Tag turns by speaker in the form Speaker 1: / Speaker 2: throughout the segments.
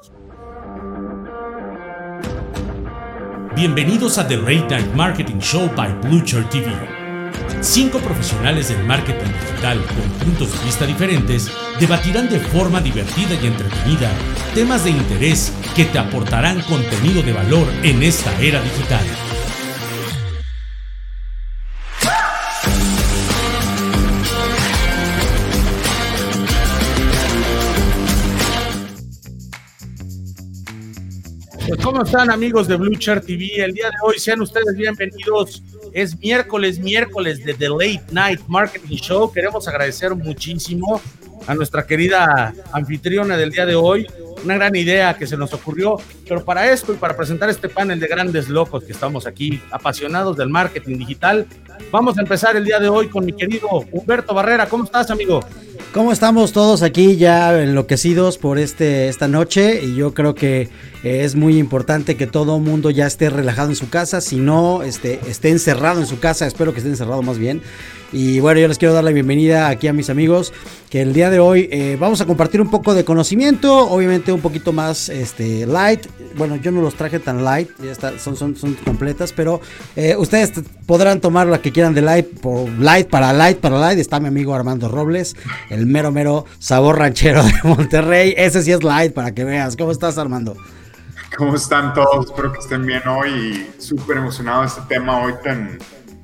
Speaker 1: Bienvenidos a The Late Night Marketing Show by Blucher TV. 5 profesionales del marketing digital con puntos de vista diferentes debatirán de forma divertida y entretenida temas de interés que te aportarán contenido de valor en esta era digital.
Speaker 2: Pues ¿cómo están, amigos de Blucher TV? El día de hoy sean ustedes bienvenidos. Es miércoles de The Late Night Marketing Show. Queremos agradecer muchísimo a nuestra querida anfitriona del día de hoy. Una gran idea que se nos ocurrió, pero para esto y para presentar este panel de grandes locos que estamos aquí, apasionados del marketing digital, vamos a empezar el día de hoy con mi querido Humberto Barrera. ¿Cómo estás, amigo?
Speaker 3: ¿Cómo estamos todos aquí ya enloquecidos por esta noche? Y yo creo que es muy importante que todo mundo ya esté relajado en su casa. Si no, esté encerrado en su casa. Espero que esté encerrado más bien. Y bueno, yo les quiero dar la bienvenida aquí a mis amigos, que el día de hoy vamos a compartir un poco de conocimiento, obviamente un poquito más light. Bueno, yo no los traje tan light, ya está, son completas, pero ustedes podrán tomar la que quieran de light, por light para light. Está mi amigo Armando Robles, el mero sabor ranchero de Monterrey. Ese sí es light, para que veas. ¿Cómo estás, Armando?
Speaker 4: ¿Cómo están todos? Espero que estén bien hoy y súper emocionado de este tema hoy tan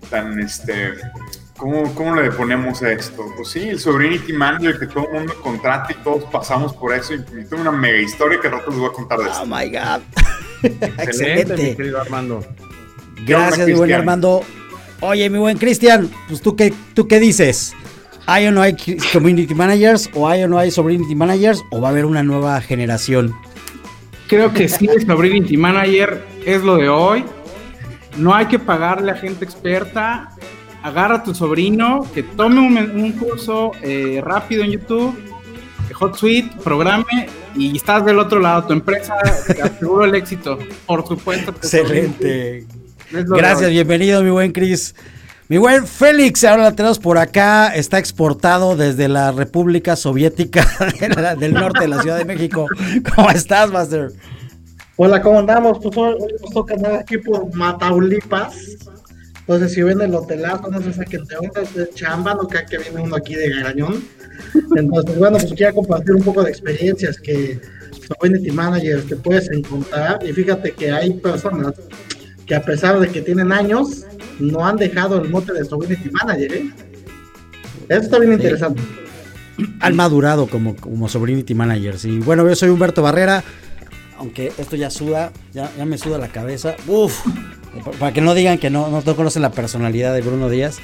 Speaker 4: ¿Cómo le ponemos a esto? Pues sí, el Sobrinity Manager que todo el mundo contrata y todos pasamos por eso. Y tengo una mega historia que al rato les voy a contar de esto.
Speaker 3: Oh my God.
Speaker 2: Excelente, mi querido Armando.
Speaker 3: Gracias, mi buen Armando. Oye, mi buen Cristian, pues ¿tú qué dices? ¿Hay o no hay Community Managers? ¿O hay o no hay Sobrinity Managers? ¿O va a haber una nueva generación?
Speaker 5: Creo que sí, el Sobrinity Manager es lo de hoy. No hay que pagarle a gente experta. Agarra a tu sobrino, que tome un curso rápido en YouTube, HotSuite, programe y estás del otro lado. Tu empresa te aseguro el éxito, por supuesto.
Speaker 3: Excelente. Gracias, bienvenido, mi buen Chris. Mi buen Félix, ahora la tenemos por acá, está exportado desde la República Soviética del norte de la Ciudad de México. ¿Cómo estás, Master?
Speaker 6: Hola, ¿cómo andamos? Pues hoy nos toca andar aquí por Mataulipas. Entonces, si ven el hotelazo, no se saquen de onda, de chamba, no crean que viene uno aquí de garañón. Entonces, bueno, pues quiero compartir un poco de experiencias que Community Managers que puedes encontrar. Y fíjate que hay personas que a pesar de que tienen años, no han dejado el mote de Community Manager, ¿eh? Eso está bien interesante.
Speaker 3: Han madurado como Sobrinity Managers. Y bueno, yo soy Humberto Barrera, aunque esto ya suda, ya me suda la cabeza. Uf. Para que no digan que no conocen la personalidad de Bruno Díaz.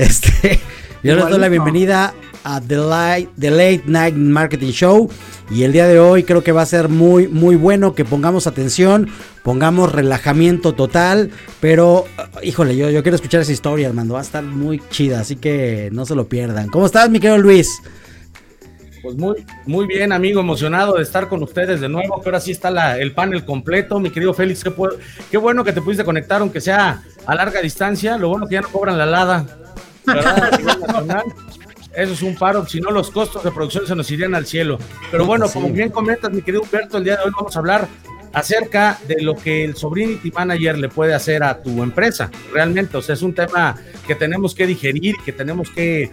Speaker 3: Yo les doy la bienvenida a The Late Night Marketing Show. Y el día de hoy creo que va a ser muy, muy bueno que pongamos atención, pongamos relajamiento total. Pero, híjole, yo quiero escuchar esa historia, Armando. Va a estar muy chida, así que no se lo pierdan. ¿Cómo estás, mi querido Luis?
Speaker 2: Pues muy bien, amigo, emocionado de estar con ustedes de nuevo, que ahora sí está el panel completo. Mi querido Félix, qué bueno que te pudiste conectar, aunque sea a larga distancia. Lo bueno que ya no cobran la LADA, ¿verdad? A nivel nacional. Eso es un paro, si no los costos de producción se nos irían al cielo. Pero bueno, sí. Como bien comentas, mi querido Humberto, el día de hoy vamos a hablar acerca de lo que el Sobrinity Manager le puede hacer a tu empresa, realmente. O sea, es un tema que tenemos que digerir, que tenemos que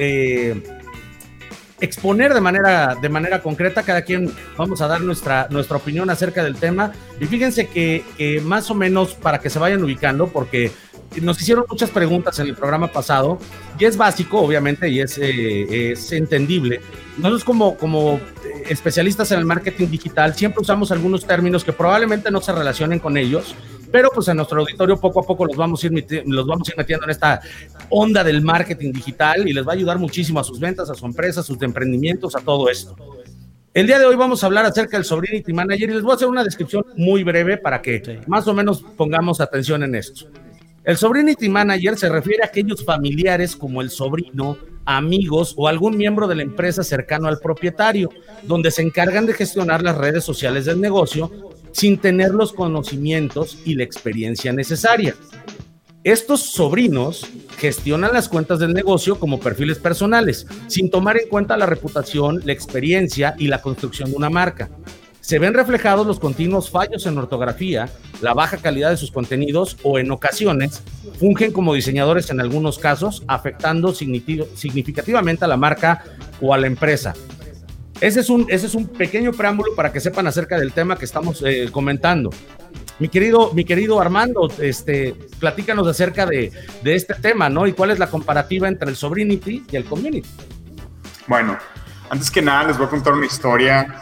Speaker 2: exponer de manera concreta. Cada quien vamos a dar nuestra opinión acerca del tema. Y fíjense que más o menos para que se vayan ubicando, porque nos hicieron muchas preguntas en el programa pasado, y es básico, obviamente, y es entendible. Nosotros como especialistas en el marketing digital siempre usamos algunos términos que probablemente no se relacionen con ellos, pero pues en nuestro auditorio poco a poco los vamos a ir metiendo en esta onda del marketing digital, y les va a ayudar muchísimo a sus ventas, a su empresa, a sus emprendimientos, a todo esto. El día de hoy vamos a hablar acerca del Sobrinity Manager, y les voy a hacer una descripción muy breve para que más o menos pongamos atención en esto. El Sobrinity Manager se refiere a aquellos familiares como el sobrino, amigos o algún miembro de la empresa cercano al propietario, donde se encargan de gestionar las redes sociales del negocio sin tener los conocimientos y la experiencia necesaria. Estos sobrinos gestionan las cuentas del negocio como perfiles personales, sin tomar en cuenta la reputación, la experiencia y la construcción de una marca. se ven reflejados los continuos fallos en ortografía, la baja calidad de sus contenidos o en ocasiones fungen como diseñadores en algunos casos, afectando significativamente a la marca o a la empresa. Ese es un pequeño preámbulo para que sepan acerca del tema que estamos comentando. Mi querido Armando, platícanos acerca de este tema, ¿no? Y cuál es la comparativa entre el Sobrinity y el Community.
Speaker 4: Bueno, antes que nada les voy a contar una historia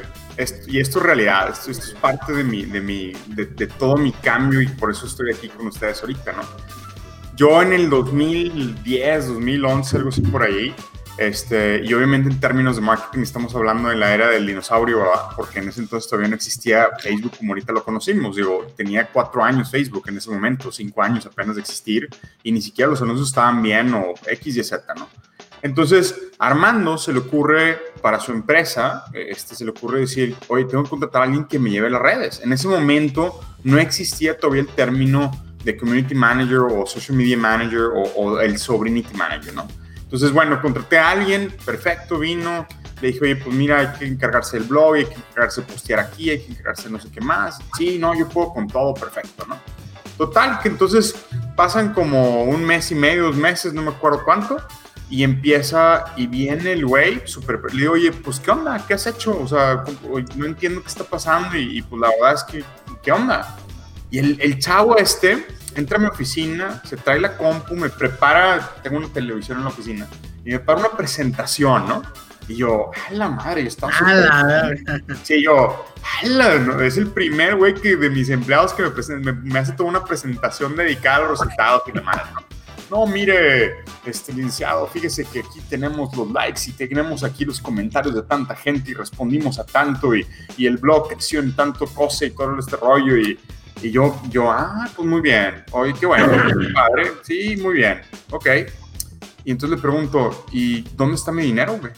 Speaker 4: y esto es realidad, esto es parte de todo mi cambio y por eso estoy aquí con ustedes ahorita, ¿no? Yo en el 2010, 2011, algo así por ahí, y obviamente en términos de marketing estamos hablando de la era del dinosaurio, ¿verdad? Porque en ese entonces todavía no existía Facebook como ahorita lo conocimos. Tenía 4 años Facebook en ese momento, 5 años apenas de existir, y ni siquiera los anuncios estaban bien o X y Z, ¿no? Entonces, Armando se le ocurre para su empresa, se le ocurre decir, oye, tengo que contratar a alguien que me lleve las redes. En ese momento no existía todavía el término de Community Manager o Social Media Manager o el Sobrinity Manager, ¿no? Entonces, bueno, contraté a alguien, perfecto, vino, le dije, oye, pues mira, hay que encargarse del blog, hay que encargarse de postear aquí, hay que encargarse de no sé qué más. Sí, no, yo puedo con todo, perfecto, ¿no? Total, que entonces pasan como 1 mes y medio, 2 meses, no me acuerdo cuánto, y viene el güey, le digo, oye, pues, ¿qué onda? ¿Qué has hecho? O sea, no entiendo qué está pasando y pues la verdad es que, ¿qué onda? Y el chavo entra a mi oficina, se trae la compu, me prepara, tengo una televisión en la oficina, y me prepara una presentación, ¿no? Y yo, ¡a la madre! Yo estaba sí, yo, ¿no? Es el primer güey de mis empleados que me hace toda una presentación dedicada a los resultados y demás, ¿no? No, mire, licenciado, fíjese que aquí tenemos los likes y tenemos aquí los comentarios de tanta gente y respondimos a tanto y el blog creció en tanto cosa y todo este rollo y yo, pues muy bien, oye, qué bueno, padre, sí, muy bien, ok. Y entonces le pregunto, ¿y dónde está mi dinero, güey?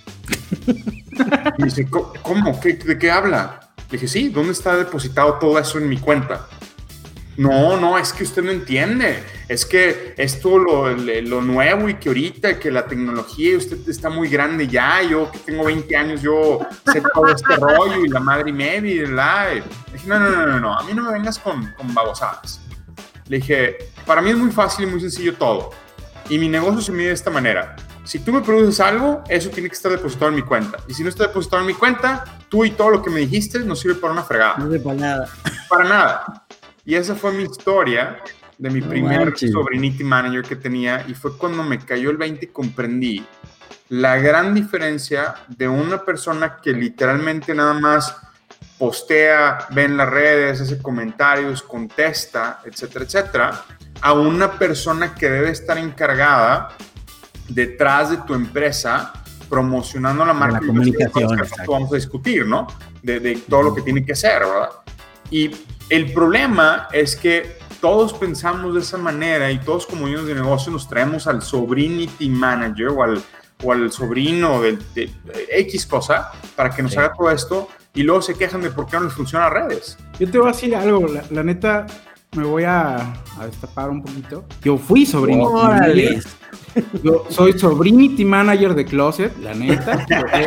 Speaker 4: Y me dice, ¿cómo? ¿De qué habla? Le dije, sí, ¿dónde está depositado todo eso en mi cuenta? No, es que usted no entiende, es que esto lo nuevo y que ahorita, que la tecnología, usted está muy grande ya, yo que tengo 20 años, yo sé todo este rollo y la madre y media y la... Le dije, no, a mí no me vengas con babosadas. Le dije, para mí es muy fácil y muy sencillo todo, y mi negocio se mide de esta manera. Si tú me produces algo, eso tiene que estar depositado en mi cuenta, y si no está depositado en mi cuenta, tú y todo lo que me dijiste no sirve para una fregada.
Speaker 3: No sirve para nada.
Speaker 4: Para nada. Y esa fue mi historia de mi primer Sobrinity Manager que tenía, y fue cuando me cayó el 20 y comprendí la gran diferencia de una persona que literalmente nada más postea, ve en las redes, hace comentarios, contesta, etcétera, etcétera, a una persona que debe estar encargada detrás de tu empresa promocionando la marca.
Speaker 3: La comunicación.
Speaker 4: Vamos a discutir, ¿no? De todo lo que tiene que hacer, ¿verdad? Y el problema es que todos pensamos de esa manera y todos como dueños de negocio nos traemos al Sobrinity Manager o al sobrino de X cosa para que nos haga todo esto y luego se quejan de por qué no les funcionan las redes.
Speaker 5: Yo te voy a decir algo, la neta, me voy a destapar un poquito. Yo fui Sobrinity Manager. Yo soy Sobrinity Manager de Closet, la neta.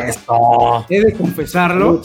Speaker 5: He de confesarlo.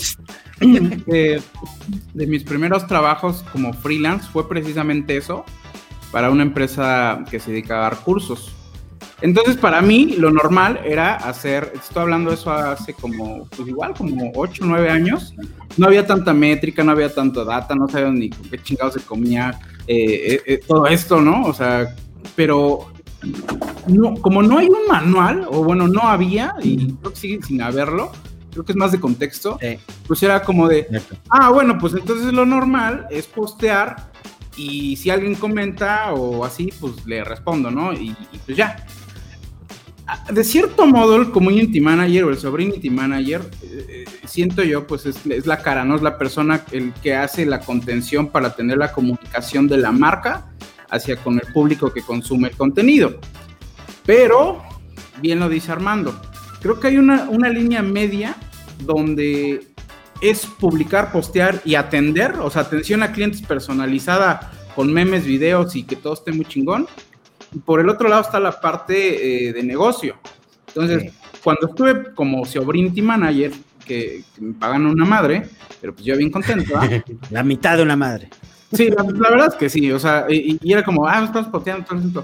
Speaker 5: De mis primeros trabajos como freelance fue precisamente eso, para una empresa que se dedicaba a dar cursos. Entonces para mí lo normal era estoy hablando de eso hace como 8 o 9 años, no había tanta métrica, no había tanto data, no sabían ni con qué chingados se comía todo esto, ¿no? O sea, pero no, como no hay un manual, o bueno, no había, y creo que sigue sin haberlo, creo que es más de contexto, pues era como de, bueno, pues entonces lo normal es postear y si alguien comenta o así, pues le respondo, ¿no? Y pues ya. De cierto modo, el Community Manager o el Sobrinity Manager, siento yo, pues es la cara, ¿no? Es la persona el que hace la contención para tener la comunicación de la marca hacia con el público que consume el contenido. Pero, bien lo dice Armando, creo que hay una línea media donde es publicar, postear y atender, o sea, atención a clientes personalizada con memes, videos y que todo esté muy chingón. Y por el otro lado está la parte de negocio. Entonces, cuando estuve como Sobrinity Manager, que me pagan una madre, pero pues yo bien contento, ¿eh?
Speaker 3: La mitad de una madre.
Speaker 5: Sí, la verdad es que sí, o sea, y era como, estamos poteando todo el asunto.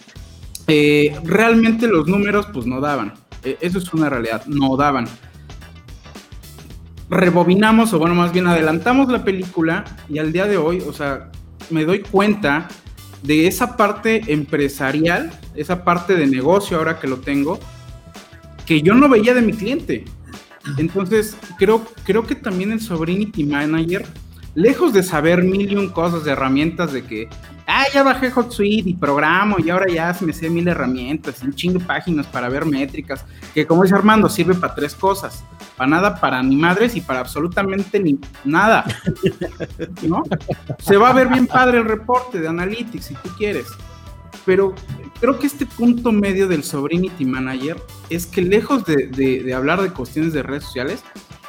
Speaker 5: Realmente los números pues no daban, eso es una realidad, no daban. Rebobinamos, o bueno, más bien adelantamos la película, y al día de hoy, o sea, me doy cuenta de esa parte empresarial, esa parte de negocio ahora que lo tengo, que yo no veía de mi cliente. Entonces, creo que también el Sovereignty Manager, lejos de saber mil y un cosas de herramientas de que, ya bajé HotSuite y programo y ahora ya me sé 1000 herramientas, un chingo de páginas para ver métricas, que como dice Armando, sirve para 3 cosas, para nada, para ni madres y para absolutamente ni nada, ¿no? Se va a ver bien padre el reporte de Analytics si tú quieres, pero creo que este punto medio del Sovereignty Manager es que lejos de hablar de cuestiones de redes sociales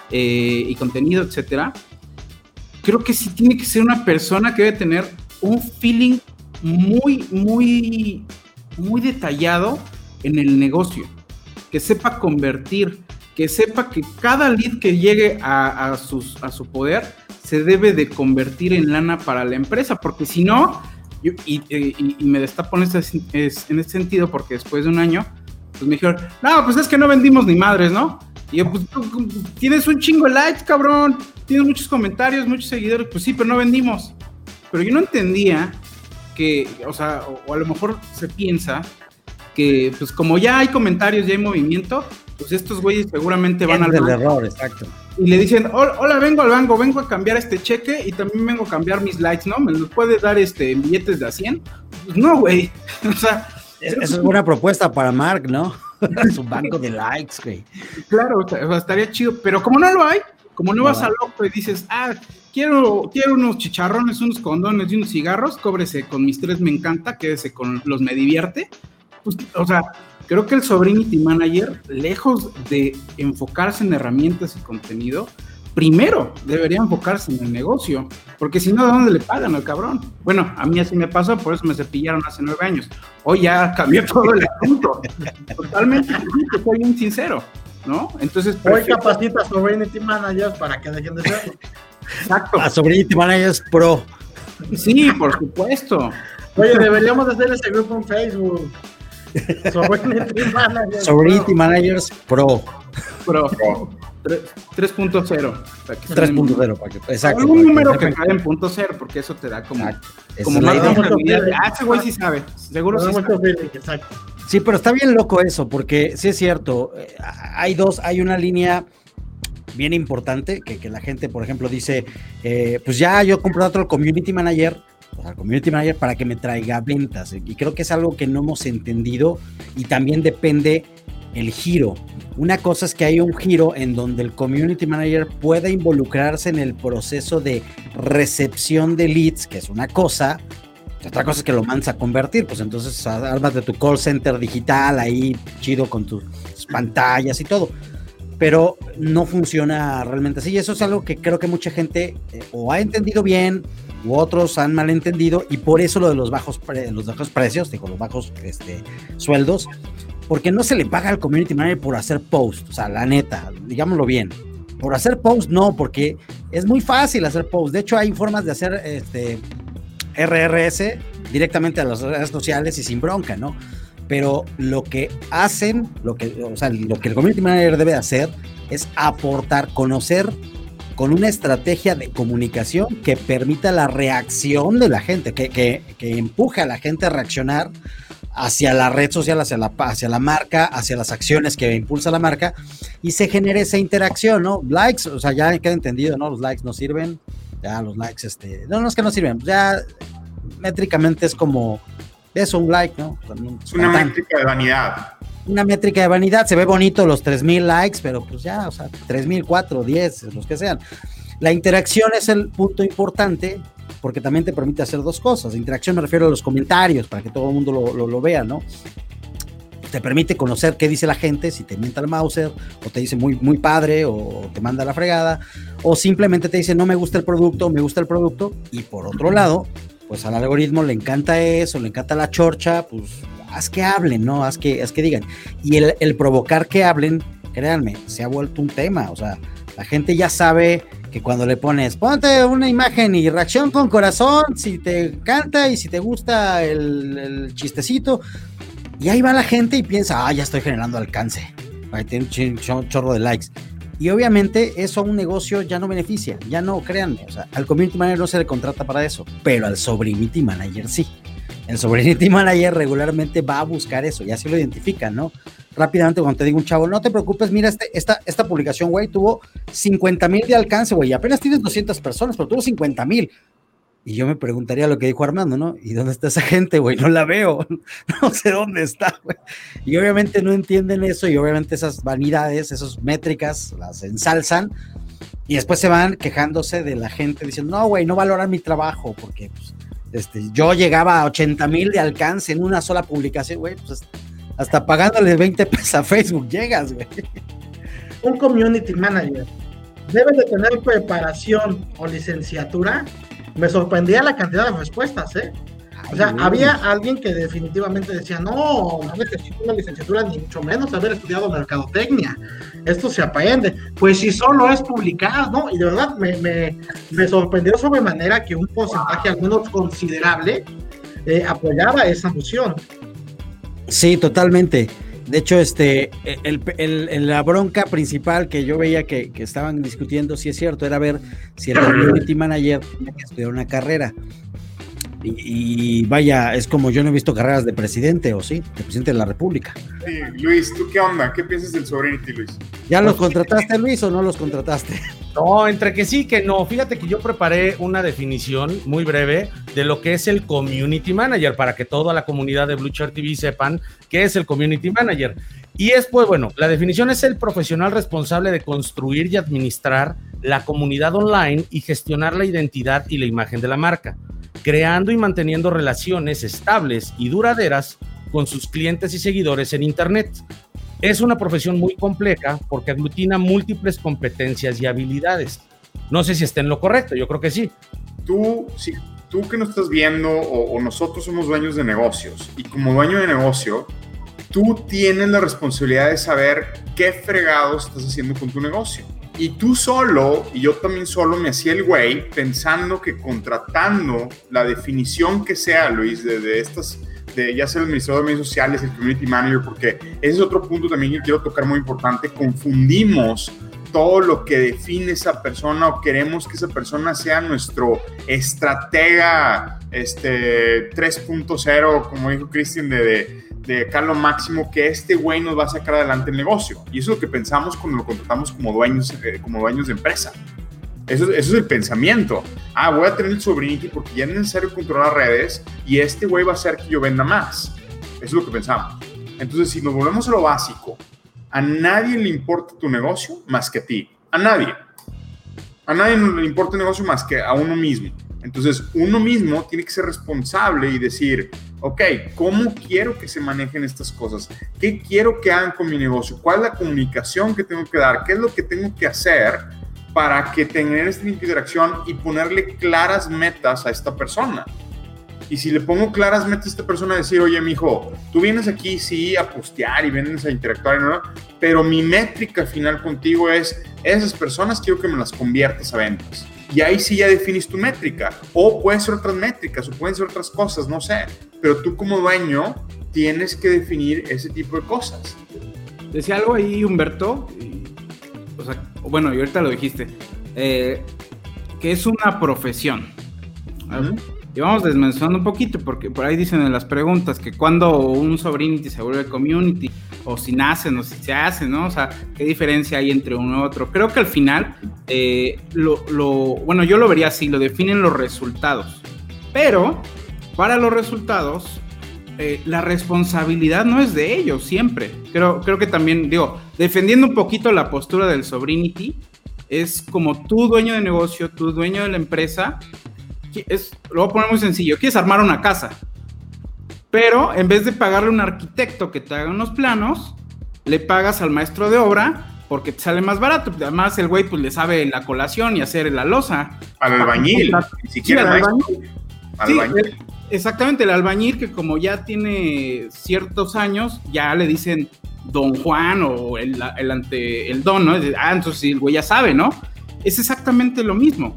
Speaker 5: y contenido, etcétera, creo que sí tiene que ser una persona que debe tener un feeling muy, muy, muy detallado en el negocio, que sepa convertir, que sepa que cada lead que llegue a su poder se debe de convertir en lana para la empresa, porque si no, y me destapo en este sentido, porque después de un año, pues me dijeron, no, pues es que no vendimos ni madres, ¿no? Y yo, pues, tienes un chingo de likes, cabrón, tienes muchos comentarios, muchos seguidores, pues sí, pero no vendimos. Pero yo no entendía que, o sea, o a lo mejor se piensa que, pues como ya hay comentarios, ya hay movimiento, pues estos güeyes seguramente van al banco.
Speaker 3: Es el error, exacto.
Speaker 5: Y le dicen, hola, vengo al banco, vengo a cambiar este cheque y también vengo a cambiar mis likes, ¿no? ¿Me los puedes dar en billetes de a 100? Pues no, güey. O sea...
Speaker 3: Esa es buena propuesta para Mark, ¿no? Su banco de likes, güey.
Speaker 5: Claro, o sea, estaría chido, pero como no lo hay, como no vas al Oxxo y dices, quiero unos chicharrones, unos condones y unos cigarros, cóbrese con mis 3 me encanta, quédese con los me divierte. Pues, o sea, creo que el Sovereignty Manager, lejos de enfocarse en herramientas y contenido, primero debería enfocarse en el negocio, porque si no, ¿de dónde le pagan al cabrón? Bueno, a mí así me pasó, por eso me cepillaron hace 9 años. Hoy ya cambió todo el asunto. Totalmente, soy bien sincero, ¿no? Entonces,
Speaker 6: hoy capacita a Sovereignty Managers para que dejen de serlo.
Speaker 5: Exacto.
Speaker 3: A Sovereignty Managers Pro.
Speaker 5: Sí, por supuesto.
Speaker 6: Oye, deberíamos hacer ese grupo en Facebook. Sovereignty Managers.
Speaker 3: Sovereignty Managers Pro.
Speaker 5: 3.0.
Speaker 3: 3.0, para que, exacto.
Speaker 5: Algún número que cae en punto cero, porque eso te da como más de ese güey sí sabe. Seguro sí sabe.
Speaker 6: Exacto.
Speaker 3: Sí, pero está bien loco eso, porque sí es cierto. Hay una línea bien importante que la gente, por ejemplo, dice, pues ya yo compré otro community manager, para que me traiga ventas, y creo que es algo que no hemos entendido, y también depende el giro. Una cosa es que hay un giro en donde el community manager pueda involucrarse en el proceso de recepción de leads, que es una cosa. Otra cosa es que lo mandas a convertir, pues entonces armas de tu call center digital ahí chido con tus pantallas y todo, pero no funciona realmente así, y eso es algo que creo que mucha gente o ha entendido bien u otros han malentendido, y por eso lo de los bajos precios, digo, los bajos sueldos, porque no se le paga al community manager por hacer post, o sea, la neta, digámoslo bien, por hacer post no, porque es muy fácil hacer post. De hecho hay formas de hacer RRS directamente a las redes sociales y sin bronca, ¿no? Pero lo que hacen, lo que el community manager debe hacer es aportar, conocer con una estrategia de comunicación que permita la reacción de la gente, que empuje a la gente a reaccionar hacia la red social, hacia la marca, hacia las acciones que impulsa la marca, y se genere esa interacción, ¿no? Likes, o sea, ya queda entendido, ¿no? Los likes no sirven, ya los likes, no es que no sirven, ya métricamente es como eso, un like, ¿no?
Speaker 4: Es una métrica de vanidad.
Speaker 3: Una métrica de vanidad, se ve bonito los 3,000 likes, pero pues ya, o sea, 3,000, 4, 10, los que sean. La interacción es el punto importante, porque también te permite hacer dos cosas. Interacción me refiero a los comentarios, para que todo el mundo lo vea, ¿no? Te permite conocer qué dice la gente, si te mienta el Mauser, o te dice muy, muy padre, o te manda a la fregada, o simplemente te dice no me gusta el producto, me gusta el producto, y por otro lado, pues al algoritmo le encanta eso, le encanta la chorcha, pues haz que hablen, ¿no? Haz que digan. Y el provocar que hablen, créanme, se ha vuelto un tema, o sea, La gente ya sabe que cuando le pones, ponte una imagen y reacción con corazón, si te canta y si te gusta el chistecito, y ahí va la gente y piensa, ya estoy generando alcance, ahí tiene un chorro de likes. Y obviamente eso a un negocio ya no beneficia, ya no, créanme, o sea, al community manager no se le contrata para eso, pero al sobrinity manager sí. El sobrinity manager regularmente va a buscar eso, y así lo identifican, ¿no? Rápidamente cuando te digo un chavo, no te preocupes, mira esta publicación, güey, tuvo 50,000 de alcance, güey, apenas tienes 200 personas, pero tuvo 50,000. Y yo me preguntaría lo que dijo Armando, ¿no? ¿Y dónde está esa gente, güey? No la veo, no sé dónde está, güey. Y obviamente no entienden eso, y obviamente esas vanidades, esas métricas, las ensalzan, y después se van quejándose de la gente, diciendo, no, güey, no valoran mi trabajo, porque pues, yo llegaba a 80,000 de alcance en una sola publicación, güey, pues hasta pagándole 20 pesos a Facebook llegas, güey.
Speaker 6: Un community manager debe de tener preparación o licenciatura. Me sorprendía la cantidad de respuestas, ¿eh? O sea, había alguien que definitivamente decía, no necesito una licenciatura, ni mucho menos haber estudiado mercadotecnia. Esto se aprende. Pues si solo es publicar, ¿no? Y de verdad me sorprendió sobremanera que un porcentaje, al menos considerable, apoyaba esa noción.
Speaker 3: Sí, totalmente. De hecho, la bronca principal que yo veía que estaban discutiendo, sí es cierto, era ver si el community manager tenía que estudiar una carrera. Y vaya, es como yo no he visto carreras de presidente, ¿o sí? De presidente de la República.
Speaker 4: Sí, Luis, ¿tú qué onda? ¿Qué piensas del sobrinity, Luis?
Speaker 3: ¿Ya los contrataste, Luis, o no los contrataste?
Speaker 2: No, entre que sí, que no. Fíjate que yo preparé una definición muy breve de lo que es el community manager, para que toda la comunidad de Blue Chair TV sepan qué es el community manager. Y es, pues, bueno, la definición es el profesional responsable de construir y administrar la comunidad online y gestionar la identidad y la imagen de la marca, creando y manteniendo relaciones estables y duraderas con sus clientes y seguidores en Internet. Es una profesión muy compleja porque aglutina múltiples competencias y habilidades. No sé si está en lo correcto, yo creo que sí.
Speaker 4: Tú que nos estás viendo, o nosotros somos dueños de negocios, y como dueño de negocio, tú tienes la responsabilidad de saber qué fregados estás haciendo con tu negocio. Y tú solo, y yo también solo, me hacía el güey pensando que contratando la definición que sea, Luis, de estas, ya sea el administrador de medios sociales, el community manager, porque ese es otro punto también que quiero tocar muy importante. Confundimos todo lo que define esa persona, o queremos que esa persona sea nuestro estratega 3.0, como dijo Cristian, de acá lo máximo, que este güey nos va a sacar adelante el negocio. Y eso es lo que pensamos cuando lo contratamos como dueños de empresa. Eso es el pensamiento. Voy a tener el sobrinity porque ya es necesario controlar redes, y este güey va a hacer que yo venda más. Eso es lo que pensamos. Entonces, si nos volvemos a lo básico, a nadie le importa tu negocio más que a ti. A nadie. A nadie le importa el negocio más que a uno mismo. Entonces, uno mismo tiene que ser responsable y decir, ok, ¿cómo quiero que se manejen estas cosas? ¿Qué quiero que hagan con mi negocio? ¿Cuál es la comunicación que tengo que dar? ¿Qué es lo que tengo que hacer para que tengan esta interacción y ponerle claras metas a esta persona? Y si le pongo claras metas a esta persona, decir, oye, mijo, tú vienes aquí, sí, a postear y vienes a interactuar, ¿no? Pero mi métrica final contigo es, esas personas quiero que me las conviertas a ventas. Y ahí sí ya defines tu métrica. O pueden ser otras métricas, o pueden ser otras cosas, no sé. Pero tú como dueño tienes que definir ese tipo de cosas.
Speaker 5: Decía algo ahí, Humberto, o sea, bueno, y ahorita lo dijiste, que es una profesión. Uh-huh. Y vamos desmenuzando un poquito, porque por ahí dicen en las preguntas que cuando un sobrinity se vuelve community, o si nacen, o si se hacen, ¿no? O sea, ¿qué diferencia hay entre uno y otro? Creo que al final, bueno, yo lo vería así, lo definen los resultados. Pero, para los resultados, la responsabilidad no es de ellos siempre. Creo que también, defendiendo un poquito la postura del sobrinity, es como tú dueño de negocio, tú dueño de la empresa. Lo voy a poner muy sencillo, quieres armar una casa, pero en vez de pagarle a un arquitecto que te haga unos planos, le pagas al maestro de obra porque te sale más barato. Además el güey pues le sabe la colación y hacer la losa.
Speaker 4: Al albañil, ni siquiera
Speaker 5: al albañil. Sí, exactamente, el albañil, que como ya tiene ciertos años, ya le dicen, Don Juan o el don, ¿no? Entonces el güey ya sabe, ¿no? Es exactamente lo mismo.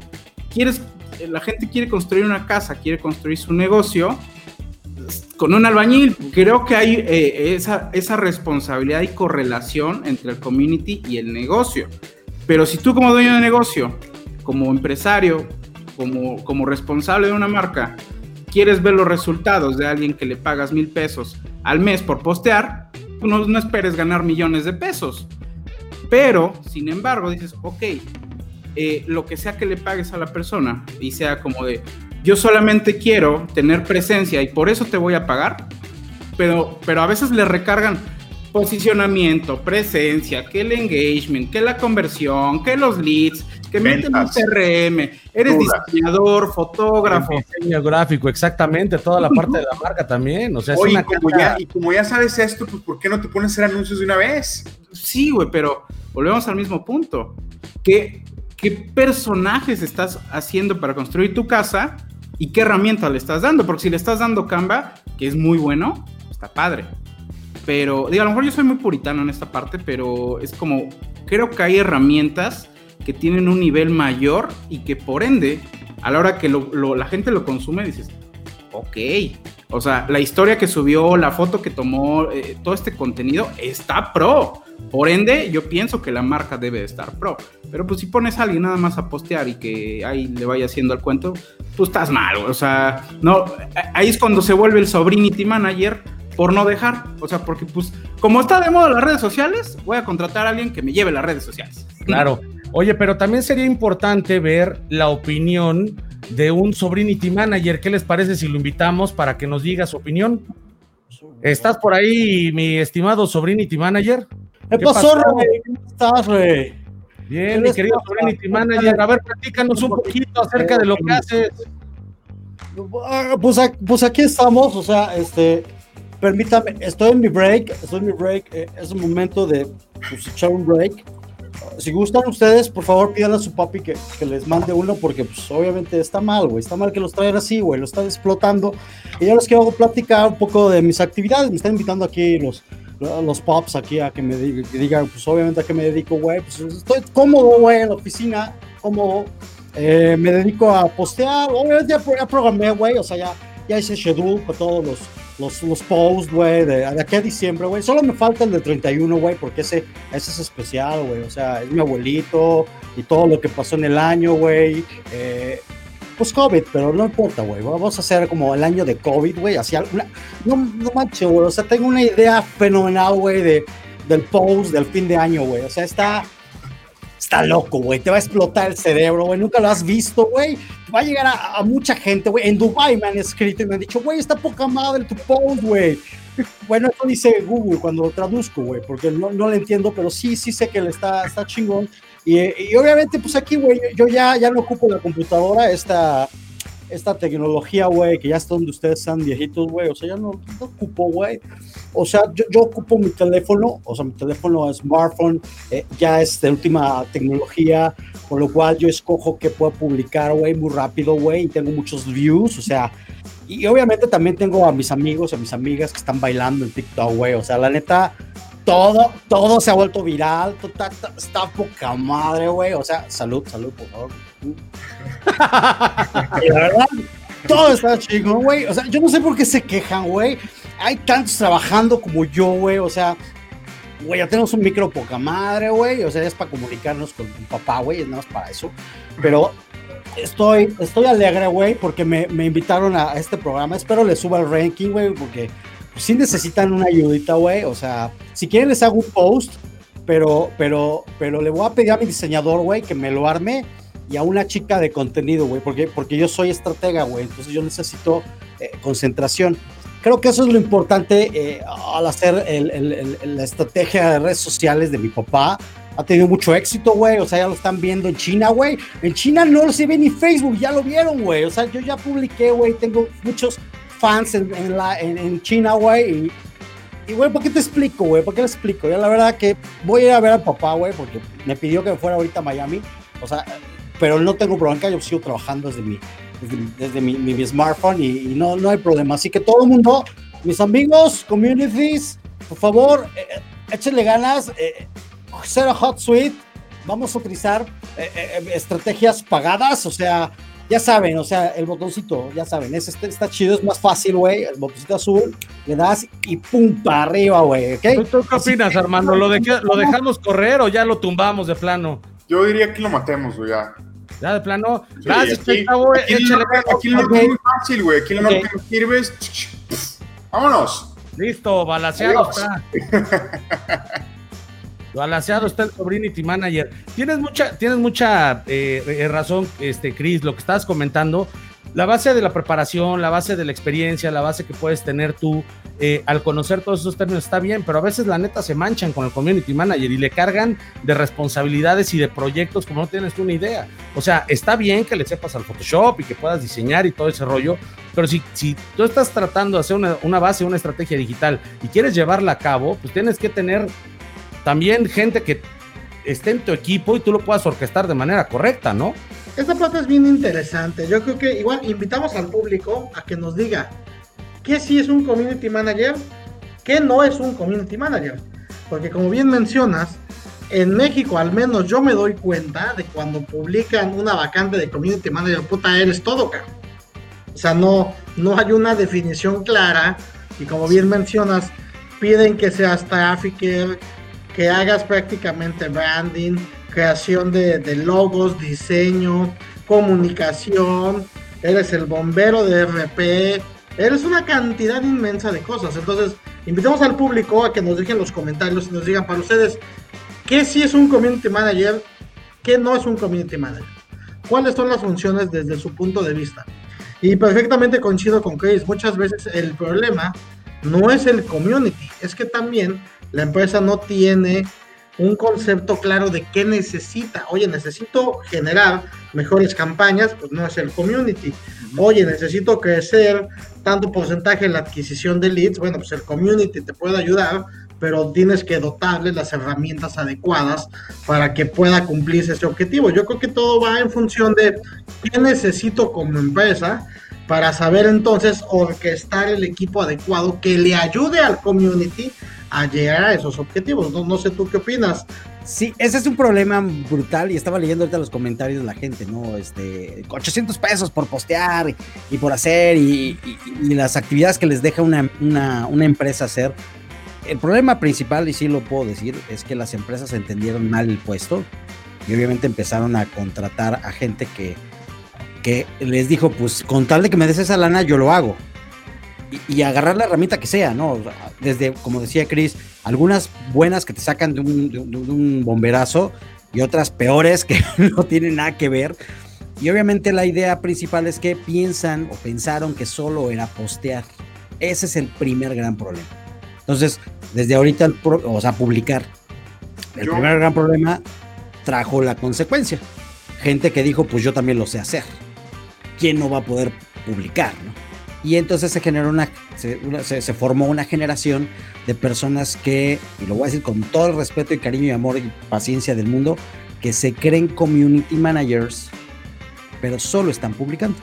Speaker 5: La gente quiere construir una casa, quiere construir su negocio con un albañil. Creo que hay esa responsabilidad y correlación entre el community y el negocio. Pero si tú como dueño de negocio, como empresario, como responsable de una marca, quieres ver los resultados de alguien que le pagas $1,000 al mes por postear, no esperes ganar millones de pesos. Pero, sin embargo, dices, ok, lo que sea que le pagues a la persona y sea como de, yo solamente quiero tener presencia y por eso te voy a pagar, pero a veces le recargan posicionamiento, presencia, que el engagement, que la conversión, que los leads, que meten un CRM, eres diseñador, fotógrafo.
Speaker 2: El diseño gráfico, exactamente, toda la parte de la marca también. O sea, es una
Speaker 4: como ya sabes esto, pues ¿por qué no te pones a hacer anuncios de una vez?
Speaker 5: Sí, güey, pero volvemos al mismo punto. ¿Qué personajes estás haciendo para construir tu casa y qué herramientas le estás dando? Porque si le estás dando Canva, que es muy bueno, está padre. Pero, digo, a lo mejor yo soy muy puritano en esta parte, pero es como, creo que hay herramientas que tienen un nivel mayor y que por ende, a la hora que la gente lo consume, dices, ok, o sea, la historia que subió, la foto que tomó, todo este contenido está pro. Por ende, yo pienso que la marca debe de estar pro. Pero pues si pones a alguien nada más a postear y que ahí le vaya haciendo el cuento, pues estás mal, o sea, no, ahí es cuando se vuelve el sobrinity manager por no dejar, o sea, porque pues como está de moda las redes sociales, voy a contratar a alguien que me lleve las redes sociales.
Speaker 2: Claro. Oye, pero también sería importante ver la opinión de un sobrinity manager. ¿Qué les parece si lo invitamos para que nos diga su opinión? ¿Estás por ahí, mi estimado sobrinity manager?
Speaker 7: ¿Qué pasó, Rey? ¿Cómo estás, Rey?
Speaker 2: Bien, mi querido sobrinity manager. A ver, platícanos un poquito acerca de lo que haces.
Speaker 7: Pues aquí estamos, o sea, permítame, estoy en mi break, es un momento de pues, echar un break. Si gustan ustedes, por favor, pídanle a su papi que les mande uno, porque pues obviamente está mal, güey, está mal que los traigan así, güey, lo están explotando. Y yo les quiero platicar un poco de mis actividades, me están invitando aquí los pops aquí a que me digan, pues obviamente a qué me dedico, güey, pues estoy cómodo, güey, en la oficina, cómodo, me dedico a postear, obviamente ya programé, güey, o sea, ya hice schedule para todos los posts, güey, de aquí a diciembre, güey. Solo me falta el de 31, güey, porque ese es especial, güey. O sea, es mi abuelito y todo lo que pasó en el año, güey. Pues COVID, pero no importa, güey. Vamos a hacer como el año de COVID, güey. No manches, güey. O sea, tengo una idea fenomenal, güey, del post del fin de año, güey. O sea, está loco, güey, te va a explotar el cerebro, güey, nunca lo has visto, güey, va a llegar a mucha gente, güey, en Dubai me han escrito y me han dicho, güey, está poca madre tu post, güey. Bueno, eso dice Google cuando lo traduzco, güey, porque no lo entiendo, pero sí sé que está chingón, y obviamente, pues aquí, güey, yo ya no ocupo la computadora, esta tecnología, güey, que ya está donde ustedes están viejitos, güey, o sea, ya no ocupo, güey, o sea, yo ocupo mi teléfono, o sea, mi teléfono smartphone, ya es de última tecnología, con lo cual yo escojo qué puedo publicar, güey, muy rápido, güey, y tengo muchos views, o sea, y obviamente también tengo a mis amigos, a mis amigas que están bailando en TikTok, güey, o sea, la neta, todo se ha vuelto viral, está poca madre, güey, o sea, salud, por favor. Y la verdad, todo está chingón, güey, o sea, yo no sé por qué se quejan, güey, hay tantos trabajando como yo, güey, o sea, güey, ya tenemos un micro poca madre, güey, o sea, es para comunicarnos con mi papá, güey, es nada más para eso, pero estoy alegre, güey, porque me invitaron a este programa, espero les suba el ranking, güey, porque pues, sí necesitan una ayudita, güey, o sea, si quieren les hago un post, pero le voy a pedir a mi diseñador, güey, que me lo arme, y a una chica de contenido, güey, porque yo soy estratega, güey, entonces yo necesito concentración. Creo que eso es lo importante al hacer la estrategia de redes sociales de mi papá. Ha tenido mucho éxito, güey, o sea, ya lo están viendo en China, güey. En China no se ve ni Facebook, ya lo vieron, güey, o sea, yo ya publiqué, güey, tengo muchos fans en China, güey, y, güey, ¿por qué te explico, güey? ¿Por qué le explico? Ya la verdad que voy a ir a ver al papá, güey, porque me pidió que me fuera ahorita a Miami, o sea, pero no tengo bronca, yo sigo trabajando desde mi smartphone y no hay problema. Así que todo el mundo, mis amigos, communities, por favor, échenle ganas, cero hot suite, vamos a utilizar estrategias pagadas, o sea, ya saben, o sea, el botoncito, ya saben, está chido, es más fácil, güey, el botoncito azul, le das y pum, para arriba, güey, ¿ok?
Speaker 2: ¿Tú qué opinas, Armando? ¿Lo dejamos correr o ya lo tumbamos de plano?
Speaker 4: Yo diría que lo matemos, güey, ya.
Speaker 2: Ya de plano.
Speaker 4: Sí,
Speaker 2: Gracias,
Speaker 4: aquí
Speaker 2: échale.
Speaker 4: Aquí el norte es muy fácil, güey. Aquí el norte lo sirves. Vámonos.
Speaker 2: Listo, balanceado está. Balanceado está el Sobrinity Manager. Tienes mucha razón, Chris, lo que estabas comentando. La base de la preparación, la base de la experiencia, la base que puedes tener tú al conocer todos esos términos está bien, pero a veces la neta se manchan con el Community Manager y le cargan de responsabilidades y de proyectos como no tienes tú una idea. O sea, está bien que le sepas al Photoshop y que puedas diseñar y todo ese rollo, pero si tú estás tratando de hacer una base, una estrategia digital y quieres llevarla a cabo, pues tienes que tener también gente que esté en tu equipo y tú lo puedas orquestar de manera correcta, ¿no?
Speaker 6: Esta parte es bien interesante. Yo creo que igual invitamos al público a que nos diga qué sí es un community manager, qué no es un community manager. Porque como bien mencionas, en México al menos yo me doy cuenta de cuando publican una vacante de community manager, puta, eres todo, cabrón. O sea, no hay una definición clara y como bien mencionas, piden que seas trafficker, que hagas prácticamente branding, creación de logos, diseño, comunicación, eres el bombero de RP, eres una cantidad inmensa de cosas. Entonces, invitamos al público a que nos dejen los comentarios y nos digan para ustedes qué sí es un community manager, qué no es un community manager, cuáles son las funciones desde su punto de vista. Y perfectamente coincido con Chris, muchas veces el problema no es el community, es que también la empresa no tiene un concepto claro de qué necesita. Oye, necesito generar mejores campañas, pues no es el community. Oye, necesito crecer tanto porcentaje en la adquisición de leads, bueno, pues el community te puede ayudar, pero tienes que dotarle las herramientas adecuadas para que pueda cumplirse ese objetivo. Yo creo que todo va en función de qué necesito como empresa para saber entonces orquestar el equipo adecuado que le ayude al community a llegar a esos objetivos. No sé tú qué opinas.
Speaker 3: Sí, ese es un problema brutal y estaba leyendo ahorita los comentarios de la gente, ¿no? 800 pesos por postear y por hacer y las actividades que les deja una empresa hacer. El problema principal, y sí lo puedo decir, es que las empresas entendieron mal el puesto y obviamente empezaron a contratar a gente que les dijo, pues con tal de que me des esa lana, yo lo hago. Y agarrar la herramienta que sea, ¿no? Desde, como decía Chris, algunas buenas que te sacan de un bomberazo y otras peores que no tienen nada que ver. Y obviamente la idea principal es que pensaron que solo era postear. Ese es el primer gran problema. Entonces, desde ahorita, publicar. El primer gran problema trajo la consecuencia. Gente que dijo, pues yo también lo sé hacer. ¿Quién no va a poder publicar, no? Y entonces se formó una generación de personas que, y lo voy a decir con todo el respeto y cariño y amor y paciencia del mundo, que se creen community managers, pero solo están publicando.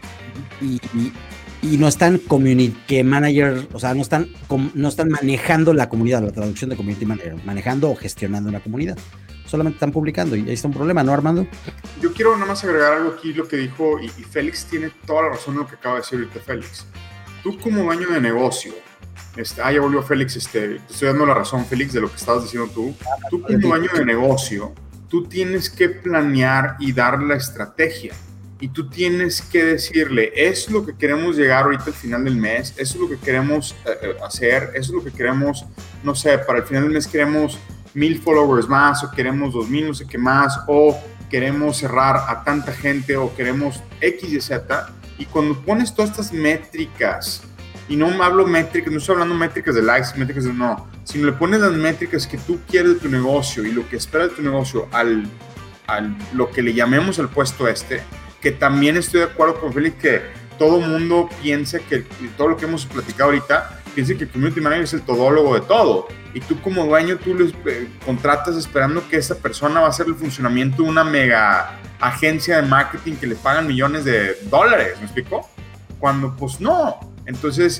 Speaker 3: Y no están community manager, o sea, no están manejando la comunidad, la traducción de community manager, manejando o gestionando una comunidad. Solamente están publicando y ahí está un problema, ¿no, Armando?
Speaker 4: Yo quiero nada más agregar algo aquí, lo que dijo, y Félix tiene toda la razón en lo que acaba de decir ahorita Félix. Tú como dueño de negocio, ya volvió Félix, te estoy dando la razón, Félix, de lo que estabas diciendo tú. Tú como dueño de negocio, tú tienes que planear y dar la estrategia. Y tú tienes que decirle, es lo que queremos llegar ahorita al final del mes, eso es lo que queremos hacer, eso es lo que queremos, no sé, para el final del mes queremos 1000 followers más, o queremos 2000 no sé qué más, o queremos cerrar a tanta gente, o queremos X y Z. Y cuando pones todas estas métricas, y no hablo métricas, no estoy hablando métricas de likes, métricas de no, sino le pones las métricas que tú quieres de tu negocio y lo que esperas de tu negocio al lo que le llamemos el puesto que también estoy de acuerdo con Félix que todo mundo piensa que todo lo que hemos platicado ahorita, piensa que el community manager es el todólogo de todo. Y tú como dueño, tú les contratas esperando que esa persona va a hacer el funcionamiento de una mega agencia de marketing que le pagan millones de dólares, ¿me explico? Cuando pues no. Entonces